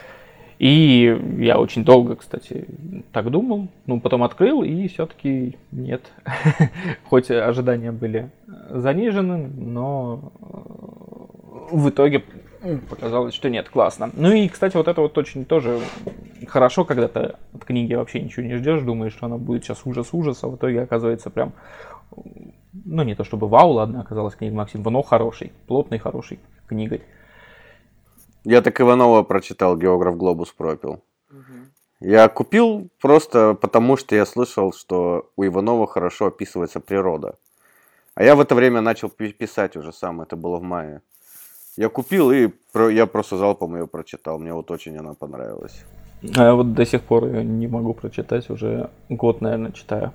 И я очень долго, кстати, так думал, ну, потом открыл, и все-таки нет. Хоть ожидания были занижены, но в итоге показалось, что нет, классно. Ну и, кстати, вот это вот очень тоже хорошо, когда ты от книги вообще ничего не ждешь, думаешь, что она будет сейчас ужас-ужас, а в итоге оказывается прям, ну, не то чтобы вау, ладно, оказалась книга Максимова, но хорошей, плотной, хорошей книгой. Я так Иванова прочитал, «Географ Глобус пропил». Угу. Я купил просто потому, что я слышал, что у Иванова хорошо описывается природа. А я в это время начал писать уже сам, это было в мае. Я купил и про, я просто залпом ее прочитал, мне вот очень она понравилась. А я вот до сих пор ее не могу прочитать, уже год, наверное, читаю.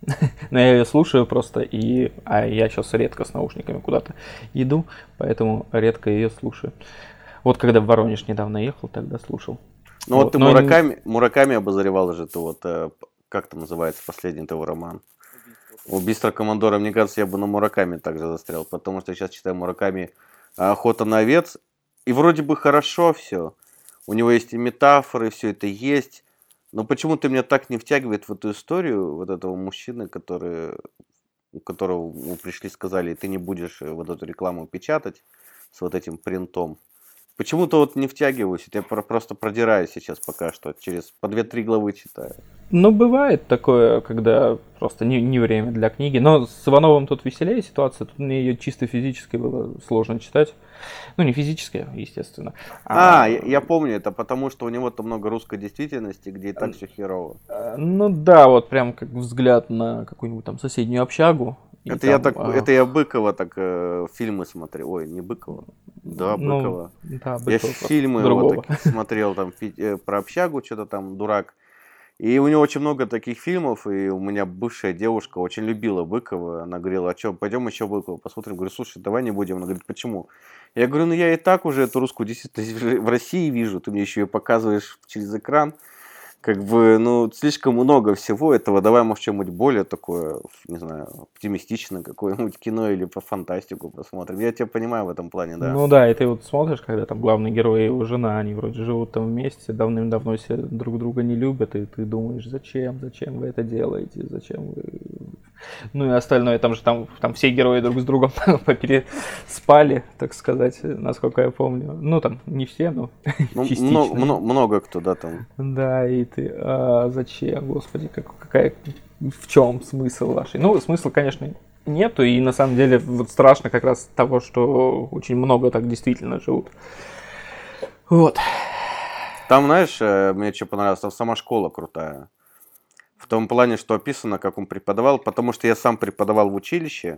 Но я ее слушаю просто, и... а я сейчас редко с наушниками куда-то иду, поэтому редко ее слушаю. Вот когда в Воронеж недавно ехал, тогда слушал. Ну вот, вот ты Мураками, не... Мураками обозревал же, ты вот, э, как там называется последний твой роман? «Убийство командора». Мне кажется, я бы на Мураками также застрял, потому что я сейчас читаю Мураками «Охота на овец», и вроде бы хорошо все. У него есть и метафоры, все это есть, но почему-то меня так не втягивает в эту историю вот этого мужчины, который, у которого мы пришли, сказали, ты не будешь вот эту рекламу печатать с вот этим принтом. Почему-то вот не втягиваюсь, я просто продираюсь сейчас пока что, через по две-три главы читаю. Ну, бывает такое, когда просто не, не время для книги. Но с Ивановым тут веселее ситуация, тут мне ее чисто физически было сложно читать. Ну, не физически, естественно. А, а я, я помню, это потому, что у него-то много русской действительности, где и так все херово. Ну да, вот прям как взгляд на какую-нибудь там соседнюю общагу. Это там, я так, а... это я Быкова так э, фильмы смотрел, ой, не Быкова, да, Быкова. Ну, да, Быкова я фильмы его так смотрел там э, про общагу, что-то там дурак. И у него очень много таких фильмов, и у меня бывшая девушка очень любила Быкова. Она говорила, а что, пойдем еще Быкова посмотрим. Говорю, слушай, давай не будем. Она говорит, почему? Я говорю, ну я и так уже эту русскую действительность в России вижу, ты мне еще ее показываешь через экран. Как бы, ну, слишком много всего этого. Давай, может, что-нибудь более такое, не знаю, оптимистичное, какое-нибудь кино или по фантастику посмотрим. Я тебя понимаю в этом плане, да. Ну да, и ты вот смотришь, когда там главный герой и его жена, они вроде живут там вместе, давным-давно все друг друга не любят, и ты думаешь, зачем, зачем вы это делаете, зачем вы... Ну и остальное, там же там, там все герои друг с другом попереспали, так сказать, насколько я помню. Ну там, не все, но ну, частично. Много, много, много кто, да, там. Да, и ты, а зачем, господи, как, какая, в чем смысл вашей? Ну, смысла, конечно, нету, и на самом деле вот страшно как раз того, что очень много так действительно живут. Вот. Там, знаешь, мне что понравилось, там сама школа крутая. В том плане, что описано, как он преподавал, потому что я сам преподавал в училище,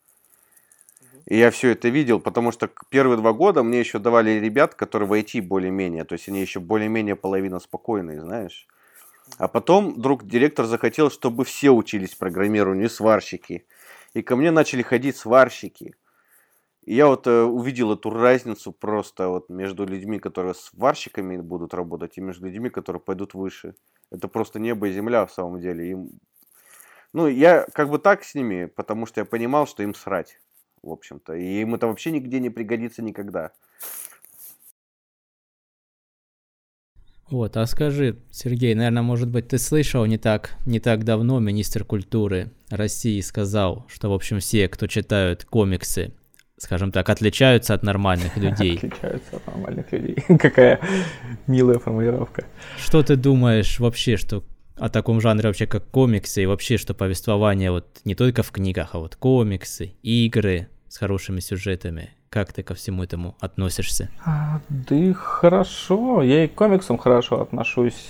и я все это видел, потому что первые два года мне еще давали ребят, которые в ай ти более-менее, то есть они еще более-менее половина спокойные, знаешь. А потом вдруг директор захотел, чтобы все учились программированию, сварщики. И ко мне начали ходить сварщики. И я вот э, увидел эту разницу просто вот между людьми, которые сварщиками будут работать, и между людьми, которые пойдут выше. Это просто небо и земля в самом деле. Им... Ну, я как бы так с ними, потому что я понимал, что им срать, в общем-то. И им это вообще нигде не пригодится никогда. Вот, а скажи, Сергей, наверное, может быть, ты слышал, не так, не так давно министр культуры России сказал, что, в общем, все, кто читают комиксы, скажем так, отличаются от нормальных людей. Отличаются от нормальных людей. Какая милая формулировка. Что ты думаешь вообще, что о таком жанре вообще, как комиксы, и вообще, что повествование вот не только в книгах, а вот комиксы, игры с хорошими сюжетами? Как ты ко всему этому относишься? А, да хорошо, я и к комиксам хорошо отношусь.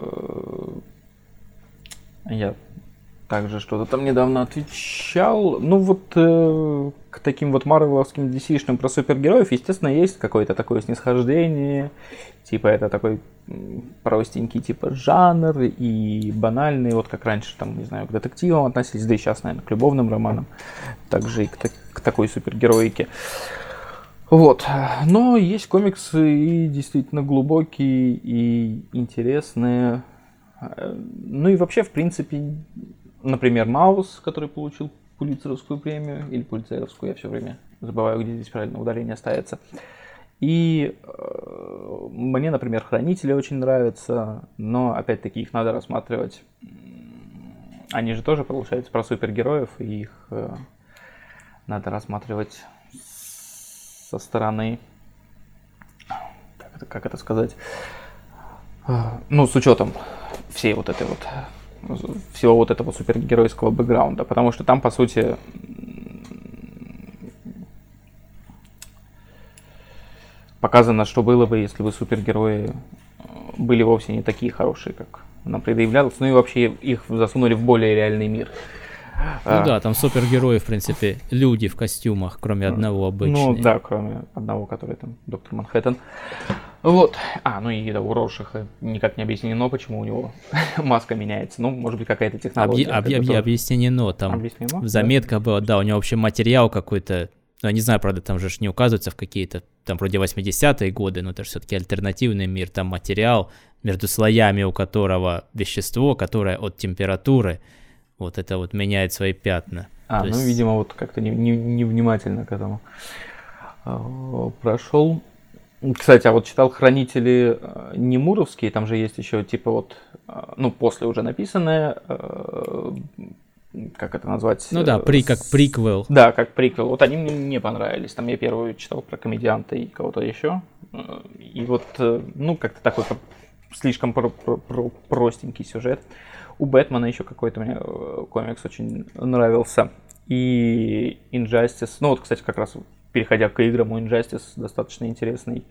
Я также что-то там недавно отвечал. Ну вот э, к таким вот марвеловским ди си-шным про супергероев, естественно, есть какое-то такое снисхождение. Типа это такой простенький типа жанр и банальный, вот как раньше там, не знаю, к детективам относились, да и сейчас, наверное, к любовным романам, также и к, к такой супергероике. Вот, но есть комиксы и действительно глубокие и интересные. Ну и вообще, в принципе, например, Маус, который получил Пулитцеровскую премию, или Пулитцеровскую, я все время забываю, где здесь правильно ударение ставится. И э, мне, например, Хранители очень нравятся, но опять-таки их надо рассматривать. Они же тоже, получается, про супергероев, и их э, надо рассматривать со стороны, как это, как это сказать, ну, с учетом всей вот этой вот, всего вот этого супергеройского бэкграунда, потому что там, по сути, показано, что было бы, если бы супергерои были вовсе не такие хорошие, как нам предъявлялось, ну и вообще их засунули в более реальный мир. Ну а, да, там супергерои, в принципе, люди в костюмах, кроме одного обычного. Ну да, кроме одного, который там доктор Манхэттен. Вот. А, ну и да, у Роршаха никак не объяснено, почему у него маска меняется. Ну, может быть, какая-то технология. Объ... Объ... Объ... Объяснено. Там объяснено? В заметках да? было, да, у него вообще материал какой-то. Ну, я не знаю, правда, там же не указывается в какие-то, там вроде восьмидесятые годы, но это же все-таки альтернативный мир. Там материал, между слоями у которого вещество, которое от температуры вот это вот меняет свои пятна. А, То ну, есть... видимо, вот как-то невнимательно не, не к этому а, прошел. Кстати, а вот читал «Хранители» немуровские, там же есть еще типа вот, ну, после уже написанное, как это назвать? Ну да, при, как приквел. Да, как приквел. Вот они мне не понравились. Там я первую читал про комедианта и кого-то еще. И вот, ну, как-то такой слишком про- про- про- простенький сюжет. У Бэтмена еще какой-то мне комикс очень нравился. И Injustice. Ну вот, кстати, как раз переходя к играм, у Injustice достаточно интересный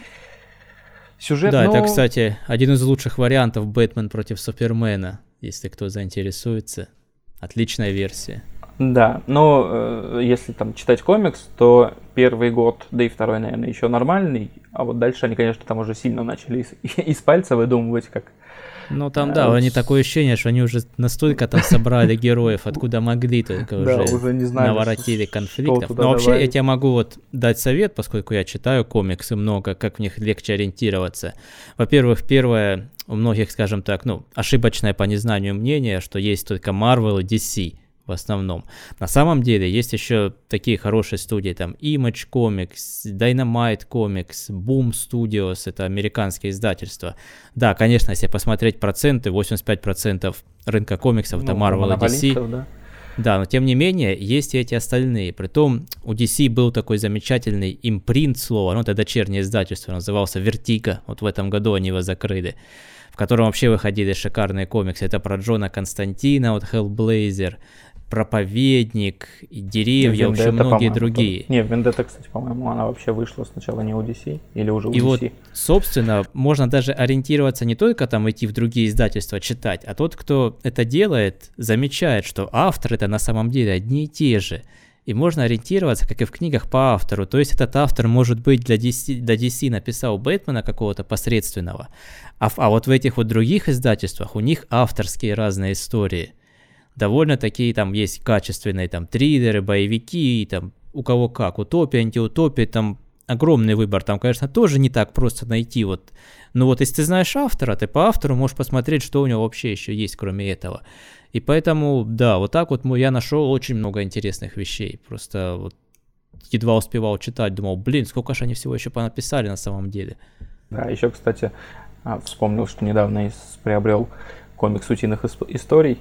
сюжет. Да, но... это, кстати, один из лучших вариантов Бэтмен против Супермена, если кто заинтересуется. Отличная версия. Да, но э, если там читать комикс, то первый год, да и второй, наверное, еще нормальный, а вот дальше они, конечно, там уже сильно начали из, из пальца выдумывать, как... Ну там, да, они такое ощущение, что они уже настолько там собрали героев, откуда могли, только уже, уже не знали, наворотили конфликтов. Но вообще добавить. Я тебе могу вот дать совет, поскольку я читаю комиксы много, как в них легче ориентироваться. Во-первых, первое, у многих, скажем так, ну, ошибочное по незнанию мнение, что есть только Marvel и ди си. В основном. На самом деле есть еще такие хорошие студии, там Image Comics, Dynamite Comics, Boom Studios, это американские издательства. Да, конечно, если посмотреть проценты, восемьдесят пять процентов рынка комиксов это ну, Marvel и ди си. Да? Да, но тем не менее есть и эти остальные. Притом у ди си был такой замечательный импринт слова, ну это дочернее издательство, назывался Vertigo, вот в этом году они его закрыли, в котором вообще выходили шикарные комиксы. Это про Джона Константина, вот Hellblazer, Проповедник, и Деревья, в общем, многие другие. Не, Вендетта, кстати, по-моему, она вообще вышла сначала не у ди си, или уже у и ди си. Вот, собственно, можно даже ориентироваться не только там идти в другие издательства читать, а тот, кто это делает, замечает, что авторы-то на самом деле одни и те же. И можно ориентироваться, как и в книгах, по автору. То есть этот автор, может быть, для ди си, для ди си написал Бэтмена какого-то посредственного, а, а вот в этих вот других издательствах у них авторские разные истории. Довольно такие там есть качественные там триллеры, боевики, там у кого как, утопия, антиутопия, там огромный выбор, там, конечно, тоже не так просто найти вот, но вот если ты знаешь автора, ты по автору можешь посмотреть, что у него вообще еще есть, кроме этого. И поэтому, да, вот так вот я нашел очень много интересных вещей, просто вот едва успевал читать, думал, блин, сколько же они всего еще понаписали на самом деле. Да, еще, кстати, вспомнил, что недавно приобрел комикс «Утиных историй».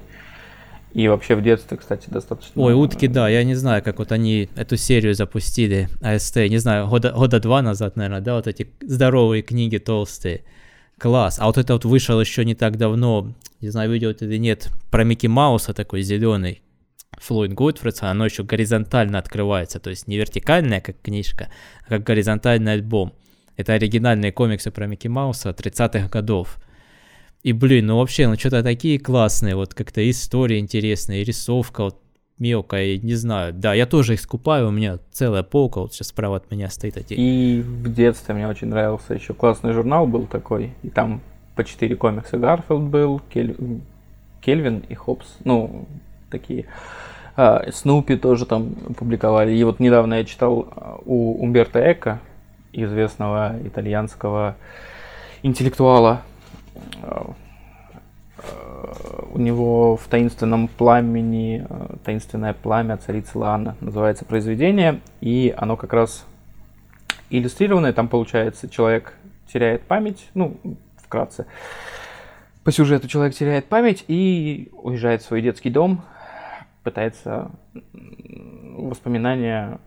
И вообще в детстве, кстати, достаточно... Ой, утки, да, я не знаю, как вот они эту серию запустили, АСТ, не знаю, года, года два назад, наверное, да, вот эти здоровые книги толстые. Класс. А вот это вот вышел еще не так давно, не знаю, видел это или нет, про Микки Мауса такой зеленый, Флойд Готфредсон, оно еще горизонтально открывается, то есть не вертикальная, как книжка, а как горизонтальный альбом. Это оригинальные комиксы про Микки Мауса тридцатых годов. И, блин, ну вообще, ну что-то такие классные, вот как-то истории интересные, рисовка вот мелкая, не знаю. Да, я тоже их скупаю, у меня целая полка, вот сейчас справа от меня стоит эти. И в детстве мне очень нравился еще классный журнал был такой, и там по четыре комикса Гарфилд был, Кель... Кельвин и Хоббс, ну, такие. А, Снупи тоже там публиковали. И вот недавно я читал у Умберто Эко, известного итальянского интеллектуала. У него в «Таинственном пламени», «Таинственное пламя» царицы Лаана называется произведение, и оно как раз иллюстрированное. Там, получается, человек теряет память, ну, вкратце, по сюжету человек теряет память и уезжает в свой детский дом, пытается воспоминания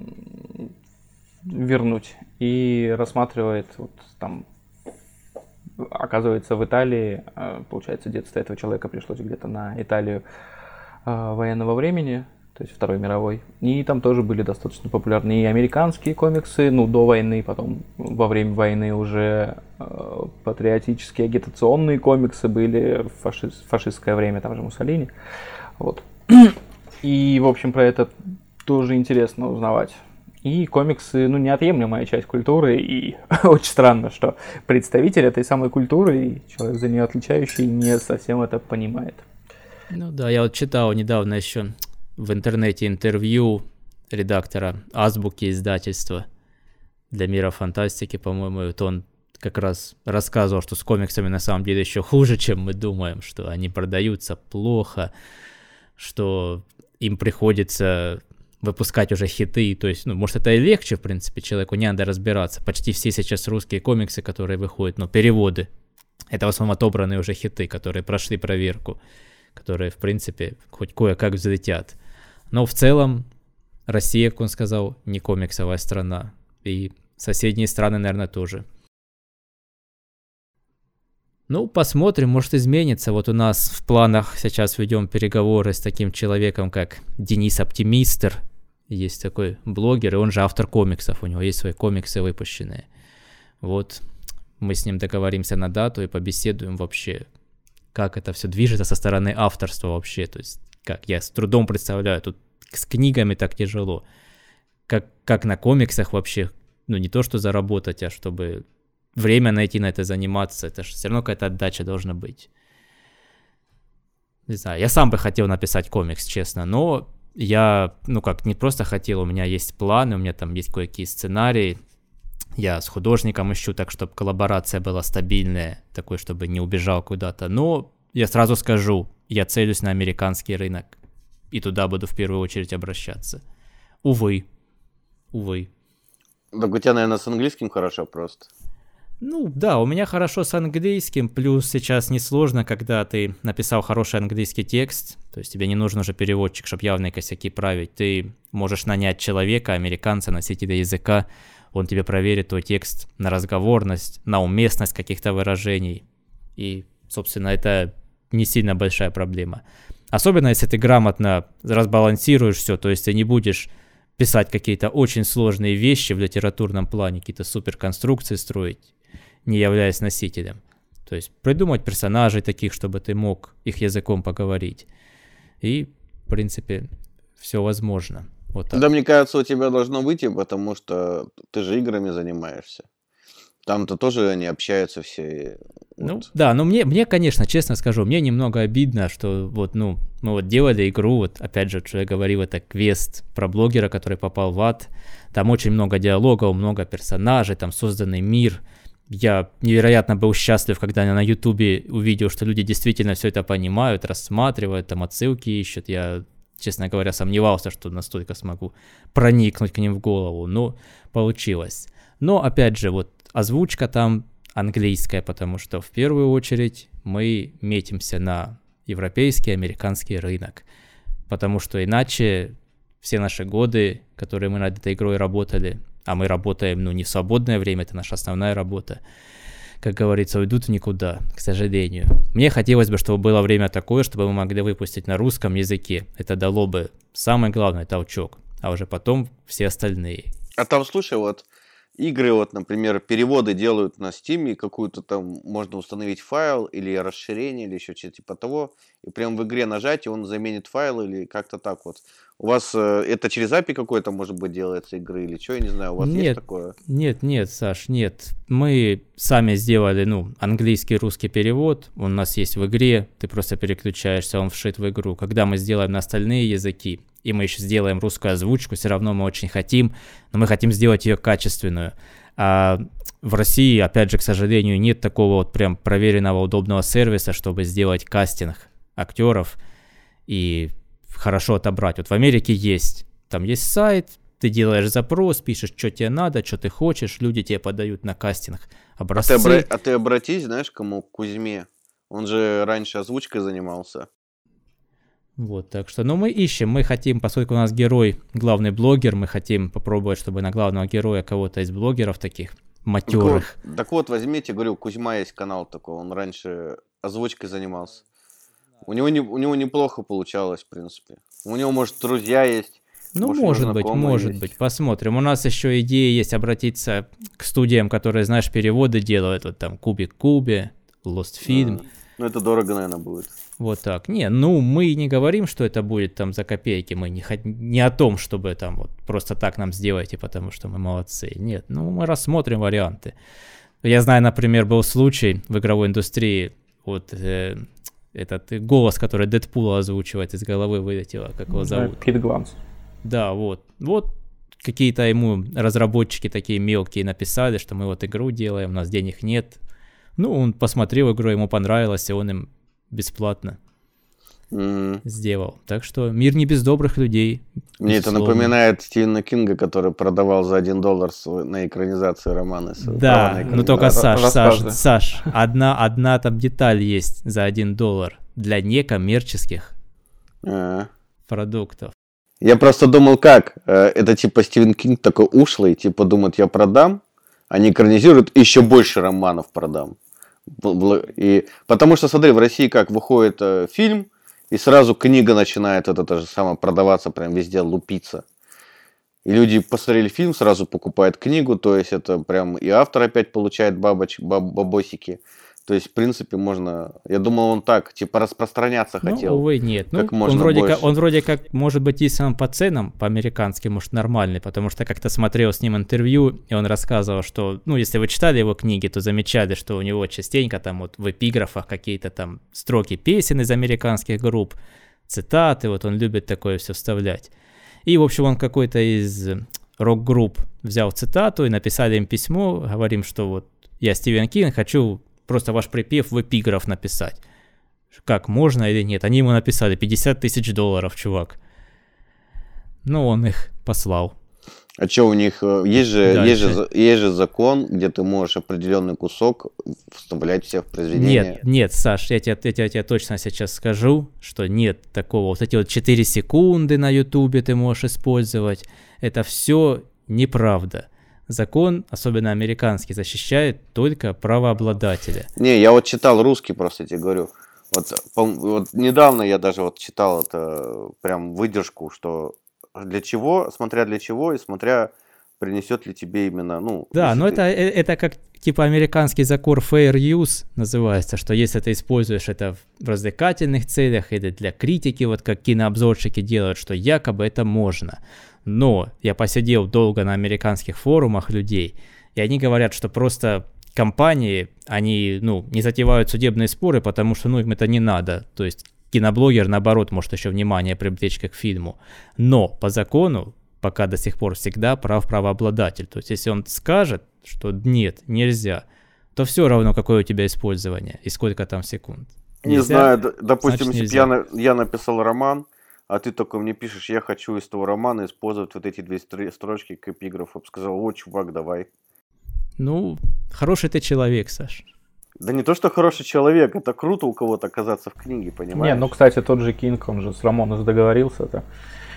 вернуть и рассматривает вот там. Оказывается, в Италии, получается, детство этого человека пришлось где-то на Италию военного времени, то есть Второй мировой. И там тоже были достаточно популярны и американские комиксы, ну, до войны, потом во время войны уже патриотические агитационные комиксы были в фаши... фашистское время, там же Муссолини. Вот. И, в общем, про это тоже интересно узнавать. И комиксы, ну, неотъемлемая часть культуры, и очень странно, что представитель этой самой культуры и человек за нее отличающий не совсем это понимает. Ну да, я вот читал недавно еще в интернете интервью редактора Азбуки издательства для мира фантастики, по-моему, вот он как раз рассказывал, что с комиксами на самом деле еще хуже, чем мы думаем, что они продаются плохо, что им приходится выпускать уже хиты, то есть, ну, может, это и легче, в принципе, человеку не надо разбираться. Почти все сейчас русские комиксы, которые выходят, ну, переводы, это в основном отобранные уже хиты, которые прошли проверку, которые, в принципе, хоть кое-как взлетят. Но в целом Россия, как он сказал, не комиксовая страна, и соседние страны, наверное, тоже. Ну, посмотрим, может изменится. Вот у нас в планах сейчас ведем переговоры с таким человеком, как Денис Оптимистер. Есть такой блогер, и он же автор комиксов, у него есть свои комиксы выпущенные. Вот мы с ним договоримся на дату и побеседуем вообще, как это все движется со стороны авторства вообще. То есть, как я с трудом представляю, тут с книгами так тяжело. Как, как на комиксах вообще, ну не то что заработать, а чтобы время найти на это заниматься, это же все равно какая-то отдача должна быть. Не знаю, я сам бы хотел написать комикс, честно, но я, ну как, не просто хотел, у меня есть планы, у меня там есть кое-какие сценарии, я с художником ищу так, чтобы коллаборация была стабильная, такой, чтобы не убежал куда-то, но я сразу скажу, я целюсь на американский рынок, и туда буду в первую очередь обращаться. Увы, увы. Так у тебя, наверное, с английским хорошо просто. Ну да, у меня хорошо с английским, плюс сейчас несложно, когда ты написал хороший английский текст, то есть тебе не нужен уже переводчик, чтобы явные косяки править, ты можешь нанять человека, американца, носителя языка, он тебе проверит твой текст на разговорность, на уместность каких-то выражений, и, собственно, это не сильно большая проблема. Особенно, если ты грамотно разбалансируешь все, то есть ты не будешь писать какие-то очень сложные вещи в литературном плане, какие-то суперконструкции строить, не являясь носителем. То есть придумать персонажей таких, чтобы ты мог их языком поговорить. И, в принципе, все возможно. Вот так. Да, мне кажется, у тебя должно выйти, потому что ты же играми занимаешься. Там-то тоже они общаются все. Ну, вот. Да, но мне, мне, конечно, честно скажу, мне немного обидно, что вот, ну, мы вот делали игру, вот, опять же, что я говорил, это квест про блогера, который попал в ад. Там очень много диалогов, много персонажей, там созданный мир. Я невероятно был счастлив, когда я на Ютубе увидел, что люди действительно все это понимают, рассматривают, там отсылки ищут. Я, честно говоря, сомневался, что настолько смогу проникнуть к ним в голову, но получилось. Но, опять же, вот озвучка там английская, потому что в первую очередь мы метимся на европейский, американский рынок. Потому что иначе все наши годы, которые мы над этой игрой работали, а мы работаем, ну, не в свободное время, это наша основная работа, как говорится, уйдут в никуда, к сожалению. Мне хотелось бы, чтобы было время такое, чтобы мы могли выпустить на русском языке. Это дало бы самый главный толчок, а уже потом все остальные. А там, слушай, вот игры, вот, например, переводы делают на Steam, какую-то там можно установить файл или расширение, или еще что-то типа того, и прям в игре нажать, и он заменит файл, или как-то так вот. У вас э, это через эй пи ай какой-то, может быть, делается игры, или что, я не знаю, у вас нет, есть такое? Нет, нет, Саш, нет. Мы сами сделали, ну, английский, русский перевод, он у нас есть в игре, ты просто переключаешься, он вшит в игру. Когда мы сделаем на остальные языки, и мы еще сделаем русскую озвучку, все равно мы очень хотим, но мы хотим сделать ее качественную. А в России, опять же, к сожалению, нет такого вот прям проверенного удобного сервиса, чтобы сделать кастинг актеров и хорошо отобрать. Вот в Америке есть, там есть сайт, ты делаешь запрос, пишешь, что тебе надо, что ты хочешь, люди тебе подают на кастинг образцы. А ты, обра... а ты обратись, знаешь, кому? К Кузьме. Он же раньше озвучкой занимался. Вот, так что, ну, мы ищем, мы хотим, поскольку у нас герой, главный блогер, мы хотим попробовать, чтобы на главного героя кого-то из блогеров таких матерых. Так вот, так вот, возьмите, говорю, Кузьма есть канал такой, он раньше озвучкой занимался. У него, не, у него неплохо получалось, в принципе. У него, может, друзья есть, Ну, Может, может уже быть, знакомые может есть. быть, посмотрим. У нас еще идея есть обратиться к студиям, которые, знаешь, переводы делают. Вот там Кубик Кубе, Lost Film. А, ну, это дорого, наверное, будет. Вот так. Не, ну мы не говорим, что это будет там за копейки. Мы не, хот- не о том, чтобы там вот просто так нам сделайте, потому что мы молодцы. Нет, ну мы рассмотрим варианты. Я знаю, например, был случай в игровой индустрии, вот э, этот голос, который Дэдпула озвучивает, из головы вылетело, как его зовут. Пит Гланс. Да, вот. Вот какие-то ему разработчики такие мелкие написали, что мы вот игру делаем, у нас денег нет. Ну, он посмотрел игру, ему понравилось, и он им бесплатно Mm. сделал. Так что мир не без добрых людей. Мне это безусловно. напоминает Стивена Кинга, который продавал за один доллар свой- на экранизацию романа. с- права Да, на ну экранизацию. только Саш, Саш, рассказы. Саш, одна, одна там деталь есть за один доллар для некоммерческих А. продуктов. Я просто думал, как? э, Это типа Стивен Кинг такой ушлый, типа думает, я продам, они экранизируют, еще больше романов продам. Бл- бл- И... Потому что, смотри, в России как выходит э, фильм, и сразу книга начинает вот это же самое продаваться, прям везде лупиться. И люди посмотрели фильм, сразу покупают книгу, то есть это прям и автор опять получает бабоч, баб- бабосики. То есть, в принципе, можно... Я думал, он так, типа, распространяться Ну, хотел. увы, нет. Ну, как он, можно вроде больше. как, он вроде как, может быть, и сам по ценам, по-американски, может, нормальный, потому что как-то смотрел с ним интервью, и он рассказывал, что, ну, если вы читали его книги, то замечали, что у него частенько там вот в эпиграфах какие-то там строки песен из американских групп, цитаты, вот он любит такое все вставлять. И, в общем, он какой-то из рок-групп взял цитату и написали им письмо, говорим, что вот я Стивен Кинг, хочу просто ваш припев в эпиграф написать. Как, можно или нет? Они ему написали пятьдесят тысяч долларов, чувак. Ну, он их послал. А что у них? э, Есть же, Дальше. есть, же, за- есть же закон, где ты можешь определенный кусок вставлять все в произведение. Нет, нет, Саш, я тебе, я, тебе, я тебе точно сейчас скажу, что нет такого. Вот эти вот четыре секунды на ютубе ты можешь использовать. Это все неправда. Закон, особенно американский, защищает только правообладателя. Не, я вот читал русский, просто тебе говорю. Вот, по- вот недавно я даже вот читал это прям выдержку, что для чего, смотря для чего и смотря принесет ли тебе именно, ну... Да, если но ты- это, э, это как типа американский закон fair use называется, что если ты используешь это в развлекательных целях или для критики, вот как кинообзорщики делают, что якобы это можно. Но я посидел долго на американских форумах людей, и они говорят, что просто компании, они, ну, не затевают судебные споры, потому что, ну, им это не надо. То есть киноблогер, наоборот, может еще внимание привлечь к фильму. Но по закону пока до сих пор всегда прав правообладатель. То есть если он скажет, что нет, нельзя, то все равно, какое у тебя использование и сколько там секунд. Не Нельзя, знаю, д- допустим, значит, если б я, нельзя. на- я написал роман, а ты только мне пишешь, я хочу из того романа использовать вот эти две стр- строчки к эпиграфу. Я бы сказал, о, чувак, давай. Ну, хороший ты человек, Саш. Да не то, что хороший человек, это круто у кого-то оказаться в книге, понимаешь? Не, ну, кстати, тот же Кинг, он же с Рамонес договорился-то.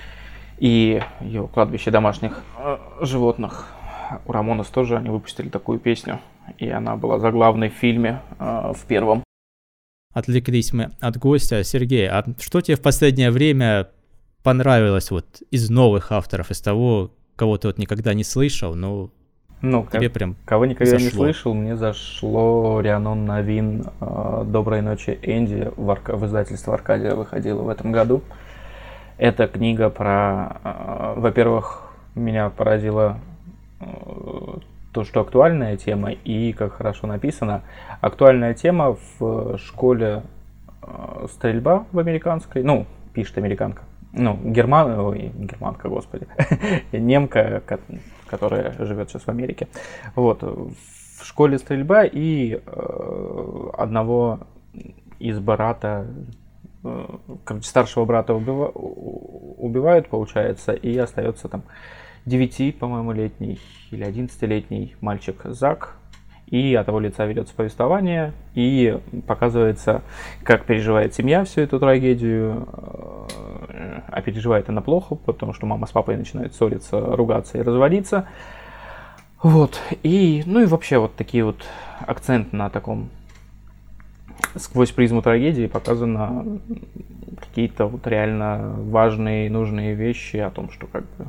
И его кладбище домашних э, животных. У Рамонес тоже они выпустили такую песню. И она была заглавной в фильме, э, в первом. Отвлеклись мы от гостя. Сергей, а что тебе в последнее время понравилось вот из новых авторов, из того, кого ты вот никогда не слышал, но Ну, как- тебе прям кого никогда не зашло? слышал, мне зашло Рианон Новин э, «Доброй ночи, Энди» в, Арка- в издательстве «Аркадия» выходила в этом году. Это книга про... э, во-первых, меня поразило э, то, что актуальная тема и как хорошо написано. Актуальная тема в школе э, стрельба в американской, ну, пишет американка, ну, герман, ой, германка, господи, немка, ко- которая живет сейчас в Америке. Вот, в школе стрельба и э, одного из брата, э, короче, старшего брата убива- у- убивают, получается, и остается там девяти, по-моему, летний или одиннадцатилетний мальчик Зак, и от его лица ведется повествование, и показывается, как переживает семья всю эту трагедию, э, а переживает она плохо, потому что мама с папой начинают ссориться, ругаться и разводиться. Вот, и, ну и вообще вот такие вот акценты на таком, сквозь призму трагедии показано какие-то вот реально важные и нужные вещи о том, что как бы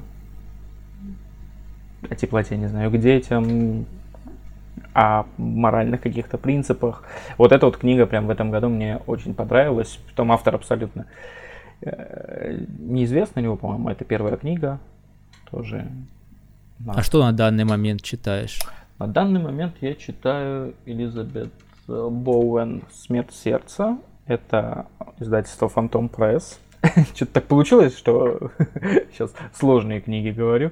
о теплоте, не знаю, к детям, о моральных каких-то принципах. Вот эта вот книга прям в этом году мне очень понравилась. Потом автор абсолютно неизвестный, у него, по-моему, это первая книга. Тоже. А что на данный момент читаешь? На данный момент я читаю Элизабет Боуэн «Смерть сердца». Это издательство Phantom Press. Что-то так получилось, что сейчас сложные книги говорю.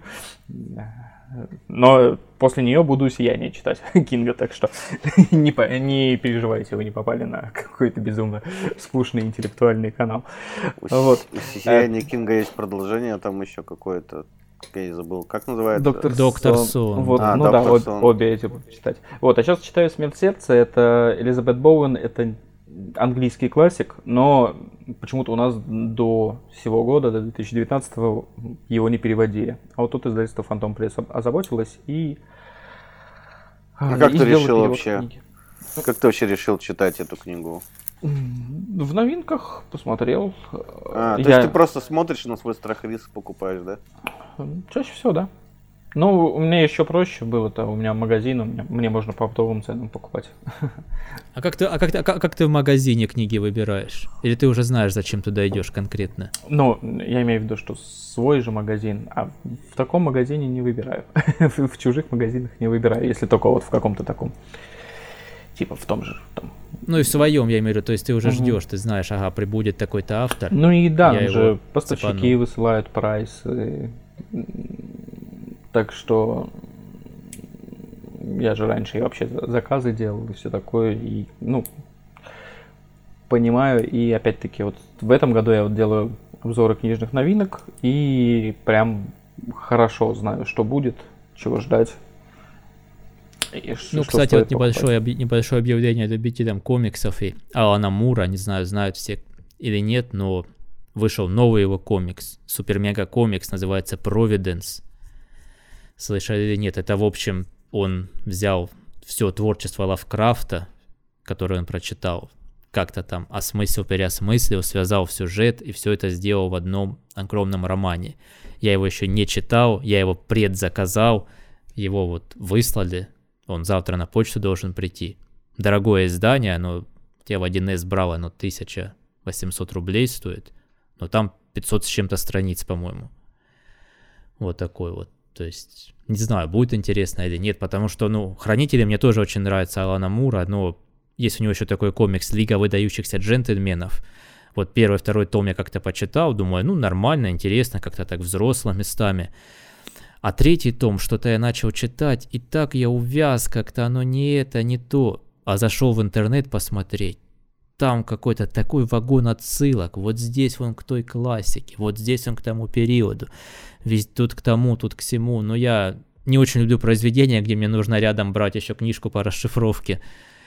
Но после нее буду «Сияние» читать Кинга, так что не, по, не переживайте, вы не попали на какой-то безумно скучный интеллектуальный канал. У, вот. у «Сияния» Кинга есть продолжение, там еще какое-то, я забыл, как называется? Доктор, Доктор Сон. Сон. Вот, а, ну Доктор да, вот, Сон. обе эти буду читать. Вот, а сейчас читаю «Смерть сердца», это Элизабет Боуэн, это английский классик, но почему-то у нас до сего года, до две тысячи девятнадцатого, его не переводили. А вот тут издательство Phantom Press озаботилось и... А как и ты сделало решил перевод вообще? книги. Как ты вообще решил читать эту книгу? В новинках посмотрел. А, то Я- есть ты просто смотришь на свой страх и риск, покупаешь, да? Чаще всего, да. Ну, у меня еще проще было-то, у меня магазин, у меня, мне можно по оптовым ценам покупать. А как ты, а как, ты- а как, как ты в магазине книги выбираешь? Или ты уже знаешь, зачем туда идешь конкретно? Ну, я имею в виду, что свой же магазин, а в таком магазине не выбираю. В чужих магазинах не выбираю, если только вот в каком-то таком, типа в том же, там. Ну и в своем, я имею в виду, то есть ты уже Мгм. ждешь, ты знаешь, ага, прибудет такой-то автор. Ну и да, Я там же его поставщики цепанул. высылают прайсы. Так что я же раньше и вообще за- заказы делал и все такое. И, ну, понимаю. И опять-таки вот в этом году я вот делаю обзоры книжных новинок. И прям хорошо знаю, что будет, чего ждать. и ш- Ну, что кстати, стоит вот небольшое, покупать. объ- небольшое объявление любителям комиксов и Алана Мура, не знаю, знают все или нет, но вышел новый его комикс, супер-мега-комикс, называется Providence. Слышали или нет? Это, в общем, он взял все творчество Лавкрафта, которое он прочитал, как-то там осмыслил, переосмыслил, связал в сюжет и все это сделал в одном огромном романе. Я его еще не читал, я его предзаказал, его вот выслали, он завтра на почту должен прийти. Дорогое издание, оно, я в один эс брал, оно тысяча восемьсот рублей стоит, но там пятьсот с чем-то страниц, по-моему. Вот такой вот. То есть, не знаю, будет интересно или нет, потому что, ну, Хранители мне тоже очень нравится Алана Мура, но есть у него еще такой комикс «Лига выдающихся джентльменов». Вот первый, второй том я как-то почитал, думаю, ну, нормально, интересно, как-то так взросло местами. А третий том, что-то я начал читать, и так я увяз, как-то оно не это, не то. А зашел в интернет посмотреть. Там какой-то такой вагон отсылок. Вот здесь он к той классике, вот здесь он к тому периоду. Ведь тут к тому, тут к всему. Но я не очень люблю произведения, где мне нужно рядом брать еще книжку по расшифровке.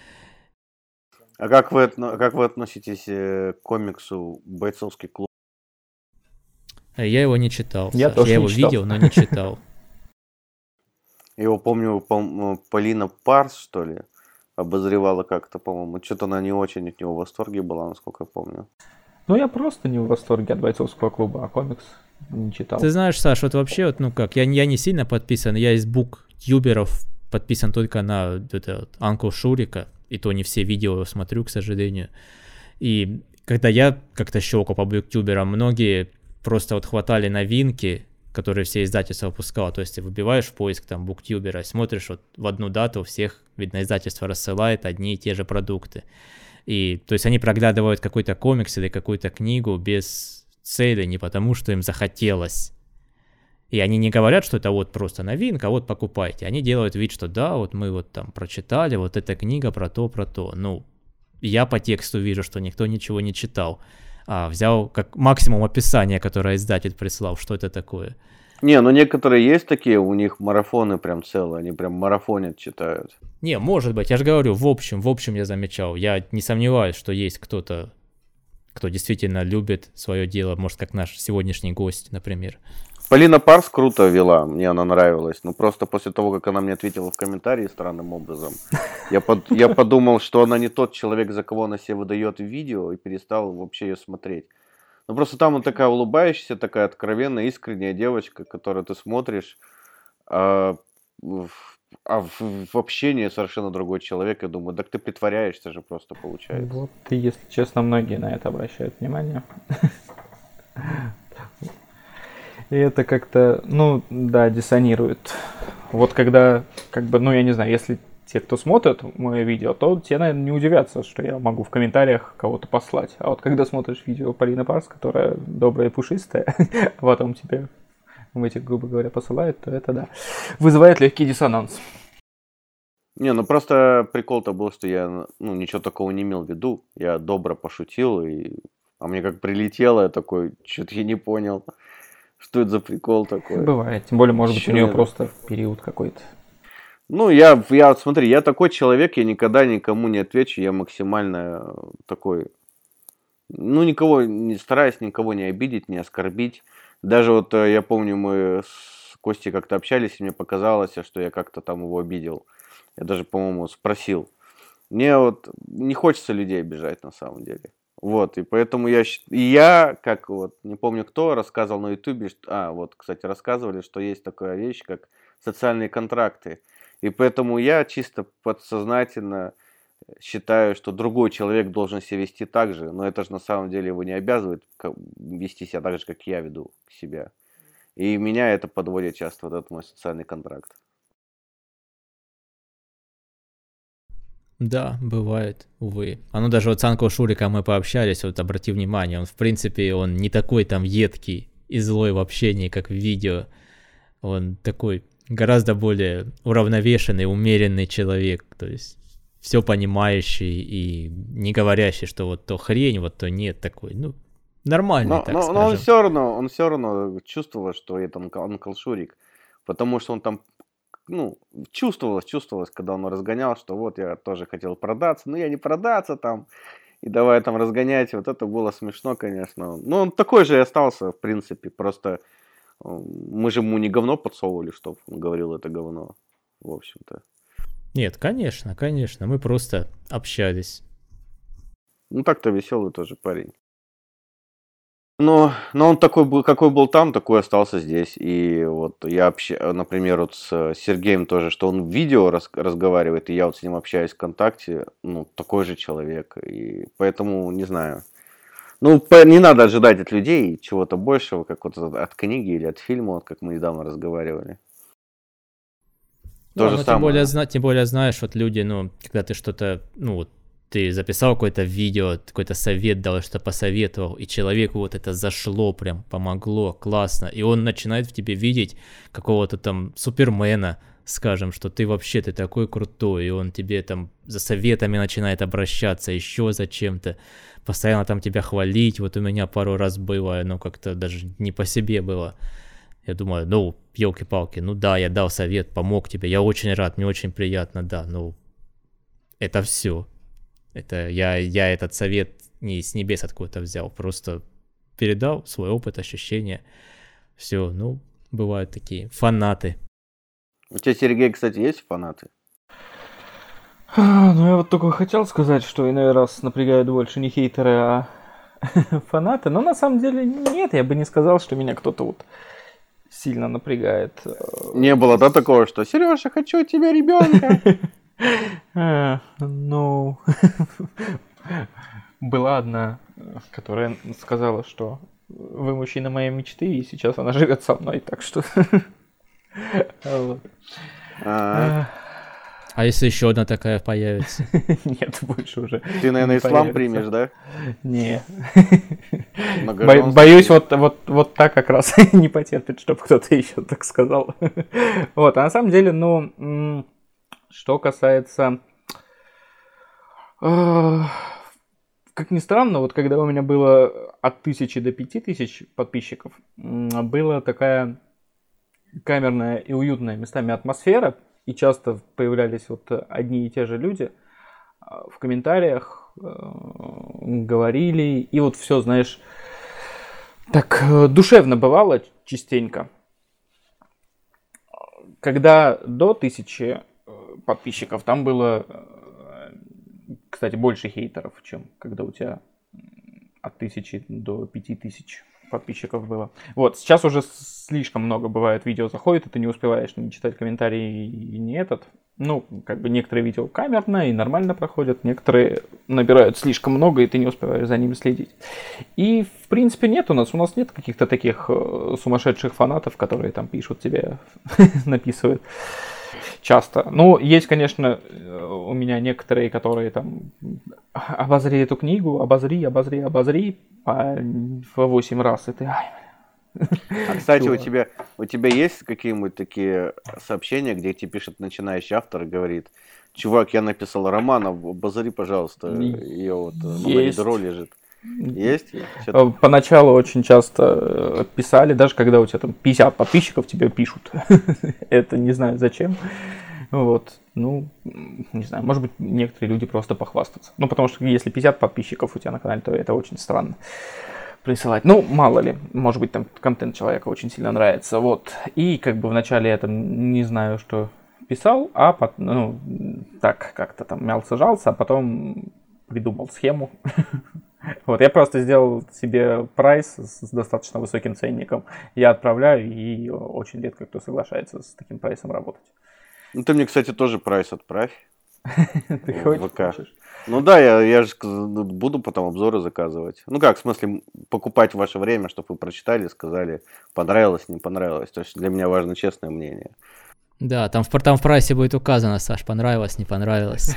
А как вы, отно- как вы относитесь э, к комиксу «Бойцовский клуб»? А Я его не читал. Я Саш. тоже я не его читал. видел, но не читал. Его, помню, пом- Полина Парс, что ли, обозревала как-то, по-моему. Что-то она не очень от него в восторге была, насколько я помню. Ну, я просто не в восторге от бойцовского клуба, а комикс не читал. Ты знаешь, Саш, вот вообще, вот, ну как, я, я не сильно подписан, я из буктюберов подписан только на вот это вот Анку Шурика, и то не все видео его смотрю, к сожалению. И когда я как-то щелкал по буктюберам, многие просто вот хватали новинки, которые все издательства выпускало, то есть ты выбиваешь в поиск там буктюбера, смотришь вот в одну дату, у всех, видно, издательство рассылает одни и те же продукты. И, то есть они проглядывают какой-то комикс или какую-то книгу без цели, не потому что им захотелось. И они не говорят, что это вот просто новинка, а вот покупайте. Они делают вид, что да, вот мы вот там прочитали, вот эта книга про то, про то. Ну, я по тексту вижу, что никто ничего не читал. А взял как максимум описание, которое издатель прислал, что это такое. Не, ну некоторые есть такие, у них марафоны прям целые, они прям марафонят, читают. Не, может быть, я же говорю, в общем, в общем я замечал. Я не сомневаюсь, что есть кто-то, кто действительно любит свое дело, может, как наш сегодняшний гость, например. Полина Парс круто вела, мне она нравилась. Ну просто после того, как она мне ответила в комментарии странным образом, я, под, я подумал, что она не тот человек, за кого она себя выдает в видео, и перестал вообще ее смотреть. Ну, просто там вот такая улыбающаяся, такая откровенная, искренняя девочка, которую ты смотришь, а в а в в общении совершенно другой человек. Я думаю, так ты притворяешься же просто, получается. Вот, и если честно, многие на это обращают внимание. И это как-то, ну, да, диссонирует. Вот когда, как бы, ну, я не знаю, если те, кто смотрит мое видео, то те, наверное, не удивятся, что я могу в комментариях кого-то послать. А вот когда смотришь видео Полины Парс, которая добрая и пушистая, а потом тебе в этих, грубо говоря, посылают, то это, да, вызывает легкий диссонанс. Не, ну просто прикол-то был, что я, ну, ничего такого не имел в виду. Я добро пошутил, и... а мне как прилетело, я такой, что-то я не понял, что это за прикол такой. Бывает, тем более, может быть, Чё у нее это? просто период какой-то. Ну, я, я, вот смотри, я такой человек, я никогда никому не отвечу, я максимально такой, ну, никого, не стараюсь никого не обидеть, не оскорбить. Даже вот э, я помню, мы с Костей как-то общались, и мне показалось, что я как-то там его обидел. Я даже, по-моему, спросил. Мне вот не хочется людей обижать на самом деле. Вот, и поэтому я, щ- и я, как вот, не помню кто, рассказывал на ютубе, что- а, вот, кстати, рассказывали, что есть такая вещь, как социальные контракты. И поэтому я чисто подсознательно считаю, что другой человек должен себя вести так же, но это же на самом деле его не обязывает ка- вести себя так же, как я веду себя. И меня это подводит часто, вот этот мой социальный контракт. Да, бывает, увы. А ну даже вот с Анко Шуриком мы пообщались, вот обрати внимание, он в принципе, он не такой там едкий и злой в общении, как в видео. Он такой гораздо более уравновешенный, умеренный человек, то есть все понимающий и не говорящий, что вот то хрень, вот то нет, такой, ну, нормальный, Но, так но, но он скажем. все равно, он все равно чувствовал, что это Анкл Анкл Шурик, потому что он там, ну, чувствовалось, чувствовалось, когда он разгонял, что вот я тоже хотел продаться, но я не продаться там, и давай там разгонять, вот это было смешно, конечно. Но он такой же и остался, в принципе, просто э, мы же ему не говно подсовывали, чтобы он говорил это говно, в общем-то. Нет, конечно, конечно, мы просто общались. Ну, так-то веселый тоже парень. Но, но он такой был, какой был там, такой остался здесь. И вот я, общ... например, вот с Сергеем тоже, что он в видео раз... разговаривает, и я вот с ним общаюсь ВКонтакте, ну, такой же человек. И поэтому, не знаю. Ну, по- не надо ожидать от людей чего-то большего, как вот от от книги или от фильма, вот как мы недавно разговаривали. То Да, же но тем более, самое. зна- тем более знаешь, вот люди, ну, когда ты что-то, ну, вот ты записал какое-то видео, какой-то совет дал, что-то посоветовал, и человеку вот это зашло прям, помогло, классно, и он начинает в тебе видеть какого-то там супермена, скажем, что ты вообще, ты такой крутой, и он тебе там за советами начинает обращаться, еще за чем-то, постоянно там тебя хвалить, вот у меня пару раз было, ну, как-то даже не по себе было. Я думаю, ну, елки-палки, ну да, я дал совет, помог тебе, я очень рад, мне очень приятно, да, ну, это все. Это я, я этот совет не с небес откуда-то взял, просто передал свой опыт, ощущения. Все, ну, бывают такие фанаты. У тебя, Сергей, кстати, есть фанаты? А, Ну, я вот только хотел сказать, что иной раз напрягают больше не хейтеры, а фанаты. Но на самом деле нет, я бы не сказал, что меня кто-то вот сильно напрягает. Не было, да, такого, что Сережа, хочу от тебя ребенка. А, Ну, была одна, э, которая сказала, что вы мужчина моей мечты, и сейчас она живет со мной, так что... Вот. А, А если еще одна такая появится? Нет, больше уже Ты, наверное, не ислам появится. примешь, да? Не. Многоженство. Бо- Боюсь, вот, вот, вот так как раз не потерпит, чтобы кто-то еще так сказал. Вот, а на самом деле, ну, м, что касается... э, Как ни странно, вот когда у меня было от тысячи до пяти тысяч подписчиков, м, была такая камерная и уютная местами атмосфера, и часто появлялись вот одни и те же люди а, в комментариях, э, говорили, и вот все, знаешь, так э, душевно бывало частенько. Когда до тысячи э, подписчиков, там было, э, кстати, больше хейтеров, чем когда у тебя от тысячи до пяти тысяч подписчиков было. Вот, сейчас уже слишком много бывает видео заходит, и ты не успеваешь не читать комментарии и не этот. Ну, как бы некоторые видео камерно и нормально проходят, некоторые набирают слишком много, и ты не успеваешь за ними следить. И, в принципе, нет у нас, у нас нет каких-то таких э, сумасшедших фанатов, которые там пишут тебе, написывают часто. Ну, есть, конечно, у меня некоторые, которые там обозри эту книгу, обозри, обозри, обозри по восемь раз, и ты... Ай, а, кстати, у тебя, у тебя есть какие-нибудь такие сообщения, где тебе пишет начинающий автор и говорит: чувак, я написал роман, обозри, пожалуйста, ее вот на моей бюро лежит. Есть? Что-то... Поначалу очень часто писали, даже когда у тебя там пятьдесят подписчиков, тебе пишут. Это не знаю зачем. Вот, ну, не знаю, может быть, некоторые люди просто похвастаться. Ну, потому что если пятьдесят подписчиков у тебя на канале, то это очень странно присылать. Ну, мало ли, может быть, там контент человека очень сильно нравится, вот. И как бы вначале я там не знаю, что писал, а потом, ну, так как-то там мялся-жался, а потом придумал схему. Вот, я просто сделал себе прайс с достаточно высоким ценником. Я отправляю, и очень редко кто соглашается с таким прайсом работать. Ну, ты мне, кстати, тоже прайс отправь. Ты хочешь? Ну да, я, я же буду потом обзоры заказывать. Ну как, в смысле, покупать ваше время, чтобы вы прочитали, сказали, понравилось, не понравилось. То есть для меня важно честное мнение. Да, там в, там в прайсе будет указано, Саш, понравилось, не понравилось.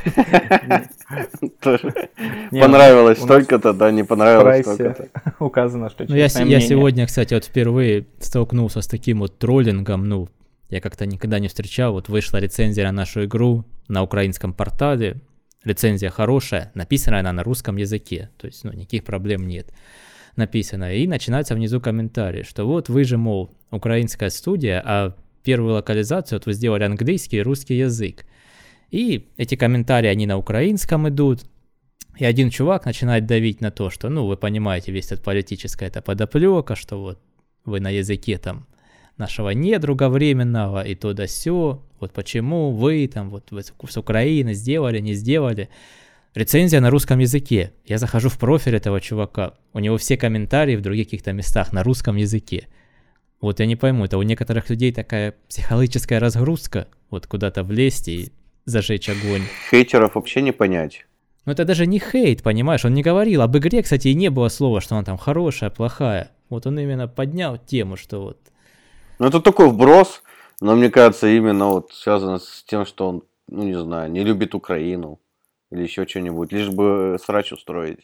Понравилось столько-то, да, не понравилось столько-то. Указано, что честное мнение. Я сегодня, кстати, вот впервые столкнулся с таким вот троллингом, ну, я как-то никогда не встречал. Вот вышла рецензия на нашу игру на украинском портале. Рецензия хорошая, написана она на русском языке, то есть, ну, никаких проблем нет. Написано, и начинается внизу комментарий, что вот вы же, мол, украинская студия, а первую локализацию вот вы сделали английский и русский язык. И эти комментарии, они на украинском идут, и один чувак начинает давить на то, что, ну, вы понимаете, весь этот политическая это подоплека, что вот вы на языке там нашего недруга временного, и то да сё, вот почему вы там вот вы с Украины сделали, не сделали. Рецензия на русском языке. Я захожу в профиль этого чувака, у него все комментарии в других каких-то местах на русском языке. Вот я не пойму, это у некоторых людей такая психологическая разгрузка, вот куда-то влезть и зажечь огонь. Хейтеров вообще не понять. Ну это даже не хейт, понимаешь, он не говорил об игре, кстати, и не было слова, что она там хорошая, плохая. Вот он именно поднял тему, что вот... Ну это такой вброс, но мне кажется, именно вот связано с тем, что он, ну не знаю, не любит Украину или еще что-нибудь, лишь бы срач устроить.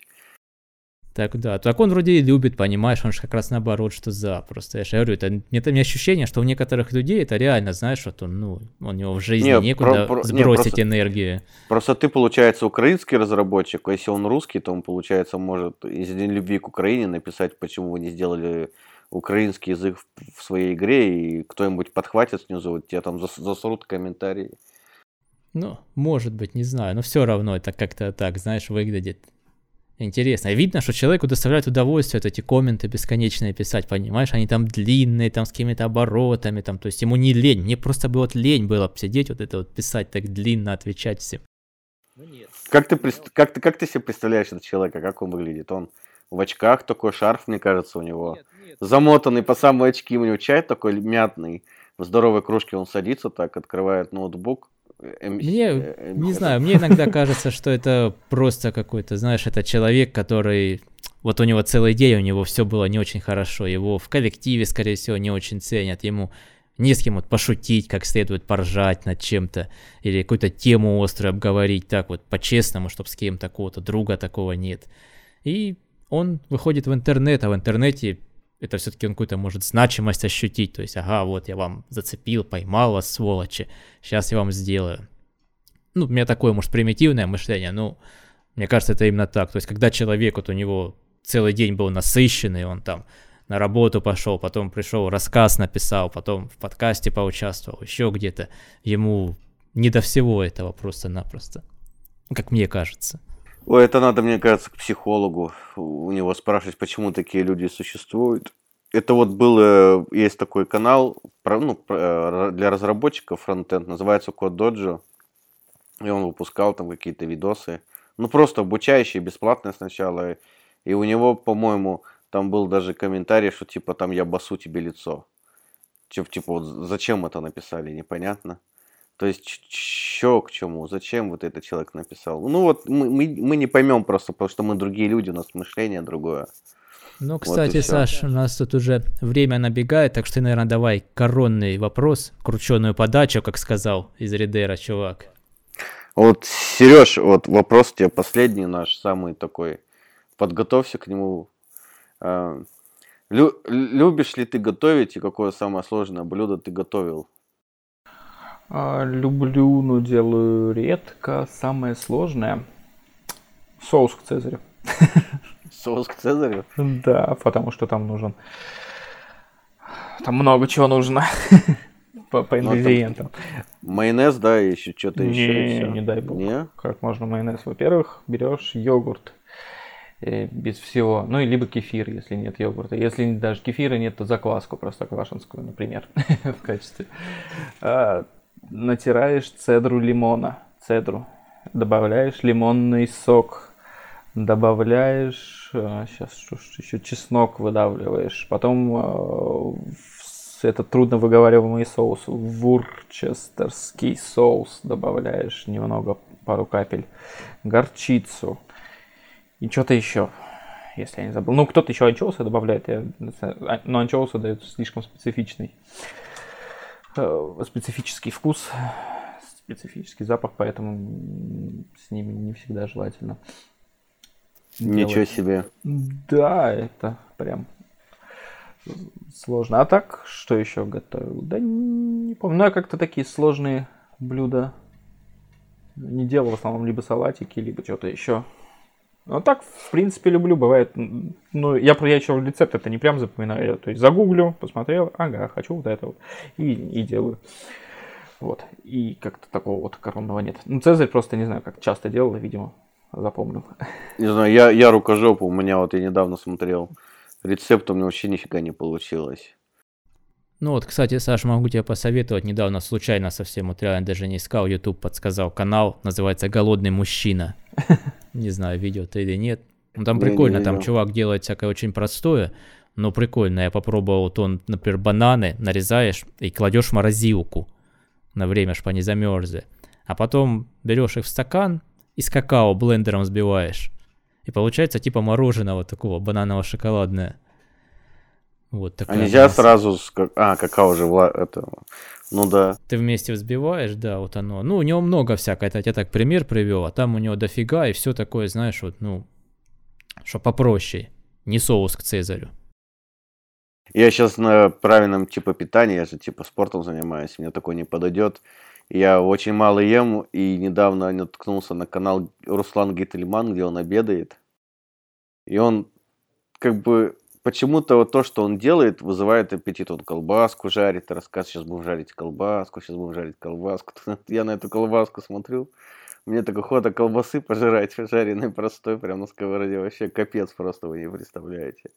Так, да, так он вроде и любит, понимаешь, он же как раз наоборот, что за, просто я же говорю, это, это мне ощущение, что у некоторых людей это реально, знаешь, вот он, ну, у него в жизни не, некуда про, про, сбросить не, просто, энергию. Просто ты, получается, украинский разработчик, а если он русский, то он, получается, может из любви к Украине написать, почему вы не сделали украинский язык в, в своей игре, и кто-нибудь подхватит снизу, тебе там зас, засрут комментарии. Ну, может быть, не знаю, но все равно это как-то так, знаешь, выглядит. Интересно. И видно, что человеку доставляет удовольствие вот эти комменты бесконечные писать, понимаешь? Они там длинные, там с какими-то оборотами, там, то есть ему не лень. Мне просто бы вот лень было сидеть вот это вот писать так длинно, отвечать всем. Ну нет. Как ты, как, ты, как ты себе представляешь этого человека, как он выглядит? Он в очках, такой шарф, мне кажется, у него. Нет, нет. Замотанный по самые очки, у него чай такой мятный. В здоровой кружке он садится так, открывает ноутбук. Мне, не знаю, мне иногда кажется, что это просто какой-то, знаешь, это человек, который, вот у него целый день, у него все было не очень хорошо, его в коллективе, скорее всего, не очень ценят, ему не с кем вот пошутить, как следует поржать над чем-то, или какую-то тему острую обговорить так вот по-честному, чтобы с кем такого-то друга такого нет. И он выходит в интернет, а в интернете это все-таки он какую-то может значимость ощутить, то есть, ага, вот я вам зацепил, поймал вас, сволочи, сейчас я вам сделаю. Ну, у меня такое, может, примитивное мышление, но мне кажется, это именно так. То есть, когда человек, вот у него целый день был насыщенный, он там на работу пошел, потом пришел, рассказ написал, потом в подкасте поучаствовал, еще где-то, ему не до всего этого просто-напросто, как мне кажется. Ой, это надо, мне кажется, к психологу у него спрашивать, почему такие люди существуют. Это вот был, есть такой канал ну, для разработчиков фронтенд, называется CodeDojo, и он выпускал там какие-то видосы, ну просто обучающие, бесплатные сначала, И у него, по-моему, там был даже комментарий, что типа там я басу тебе лицо. Типа, типа вот зачем это написали, непонятно. То есть чё к чему, зачем вот этот человек написал? Ну вот мы, мы, мы не поймем просто, потому что мы другие люди, у нас мышление другое. Ну, кстати, вот Саш, у нас тут уже время набегает, так что ты, наверное, давай коронный вопрос, крученую подачу, как сказал из Редера чувак. Вот, Сереж, вот вопрос тебе последний наш, самый такой. Подготовься к нему. Лю- любишь ли ты готовить и какое самое сложное блюдо ты готовил? А, люблю, но делаю редко. Самое сложное соус к Цезарю. Соус к Цезарю? Да, потому что там нужен... Там много чего нужно по, по ингредиентам. Майонез, да, и еще что-то не, еще. И все. Не дай бог. Не? Как можно майонез? Во-первых, берешь йогурт э, без всего. Ну, и либо кефир, если нет йогурта. Если даже кефира нет, то закваску простоквашинскую, например, в качестве. А, натираешь цедру лимона. Цедру. Добавляешь лимонный сок. Добавляешь, сейчас что ж еще, чеснок выдавливаешь, потом э, это трудно выговариваемый соус, вурчестерский соус добавляешь немного, пару капель, горчицу и что-то еще, если я не забыл. Ну, кто-то еще анчоусы добавляет, я, но анчоусы дают слишком специфичный, э, специфический вкус, специфический запах, поэтому с ними не всегда желательно. Ничего делать. себе. Да, это прям сложно. А так, что еще готовил? Да не помню. Ну, я как-то такие сложные блюда не делал. В основном либо салатики, либо что-то еще. Ну, так, в принципе, люблю. Бывает, ну, я, я еще рецепт это не прям запоминаю. То есть загуглю, посмотрел, ага, хочу вот это вот. И, и делаю. Вот. И как-то такого вот коронного нет. Ну, Цезарь просто, не знаю, как часто делал, видимо. Запомнил. Не знаю, я, я рукожоп, у меня вот я недавно смотрел рецепт, у меня вообще нифига не получилось. Ну вот, кстати, Саш, могу тебе посоветовать, недавно случайно совсем, вот реально даже не искал, YouTube подсказал канал, называется «Голодный мужчина». Не знаю, видел ты или нет. Ну там прикольно, там чувак делает всякое очень простое, но прикольно. Я попробовал, вот он, например, бананы нарезаешь и кладешь в морозилку на время, чтобы они замерзли. А потом берешь их в стакан, и с какао блендером взбиваешь. И получается типа мороженого такого, бананово-шоколадное. Вот а нельзя масса. Сразу с... А, какао же вла... это... Ну да. Ты вместе взбиваешь, да, вот оно. Ну, у него много всякого. Это я так пример привел, а там у него дофига и все такое, знаешь, вот, ну, что попроще. Не соус к Цезарю. Я сейчас на правильном типа питании, я же типа спортом занимаюсь, мне такой не подойдет. Я очень мало ем, и недавно наткнулся на канал Руслан Гительман, где он обедает. И он, как бы, почему-то вот то, что он делает, вызывает аппетит. Он колбаску жарит, рассказывает, сейчас будем жарить колбаску, сейчас будем жарить колбаску. Я на эту колбаску смотрю, мне так охота колбасы пожирать, жареной простой, прям на сковороде. Вообще капец просто, вы не представляете.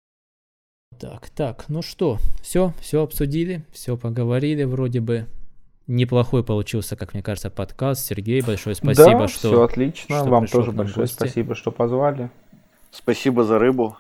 Так, так, ну что, все, все обсудили, все поговорили вроде бы. Неплохой получился, как мне кажется, подкаст. Сергей, большое спасибо, да, что... все отлично. Вам тоже большое гости. Спасибо, что позвали. Спасибо за рыбу.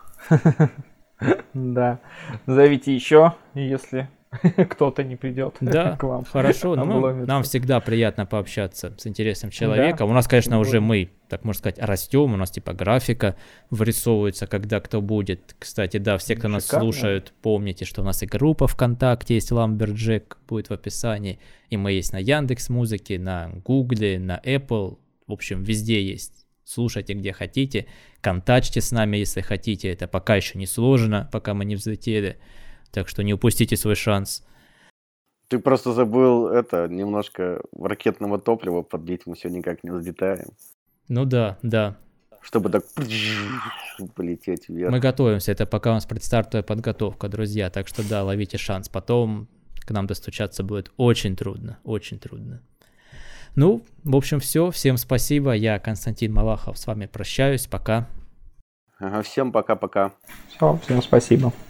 Да. Зовите еще, если кто-то не придет да, к вам. Хорошо. Ну, нам всегда приятно пообщаться с интересным человеком. Да, у нас, конечно, уже мы, так можно сказать, растем. У нас типа графика вырисовывается, когда кто будет. Кстати, да, все, кто Шикарно. Нас слушают, помните, что у нас и группа ВКонтакте есть, Lumberjack, будет в описании. И мы есть на Яндекс.Музыке, на Гугле, на Apple. В общем, везде есть. Слушайте, где хотите. Контачьте с нами, если хотите. Это пока еще не сложно, пока мы не взлетели. Так что не упустите свой шанс. Ты просто забыл это, немножко ракетного топлива подлить, мы все никак не взлетаем. Ну да, да. Чтобы так полететь вверх. Мы готовимся, это пока у нас предстартовая подготовка, друзья. Так что да, ловите шанс. Потом к нам достучаться будет очень трудно, очень трудно. Ну, в общем, все. Всем спасибо. Я Константин Малахов с вами прощаюсь. Пока. Ага, всем пока-пока. Все, всем спасибо.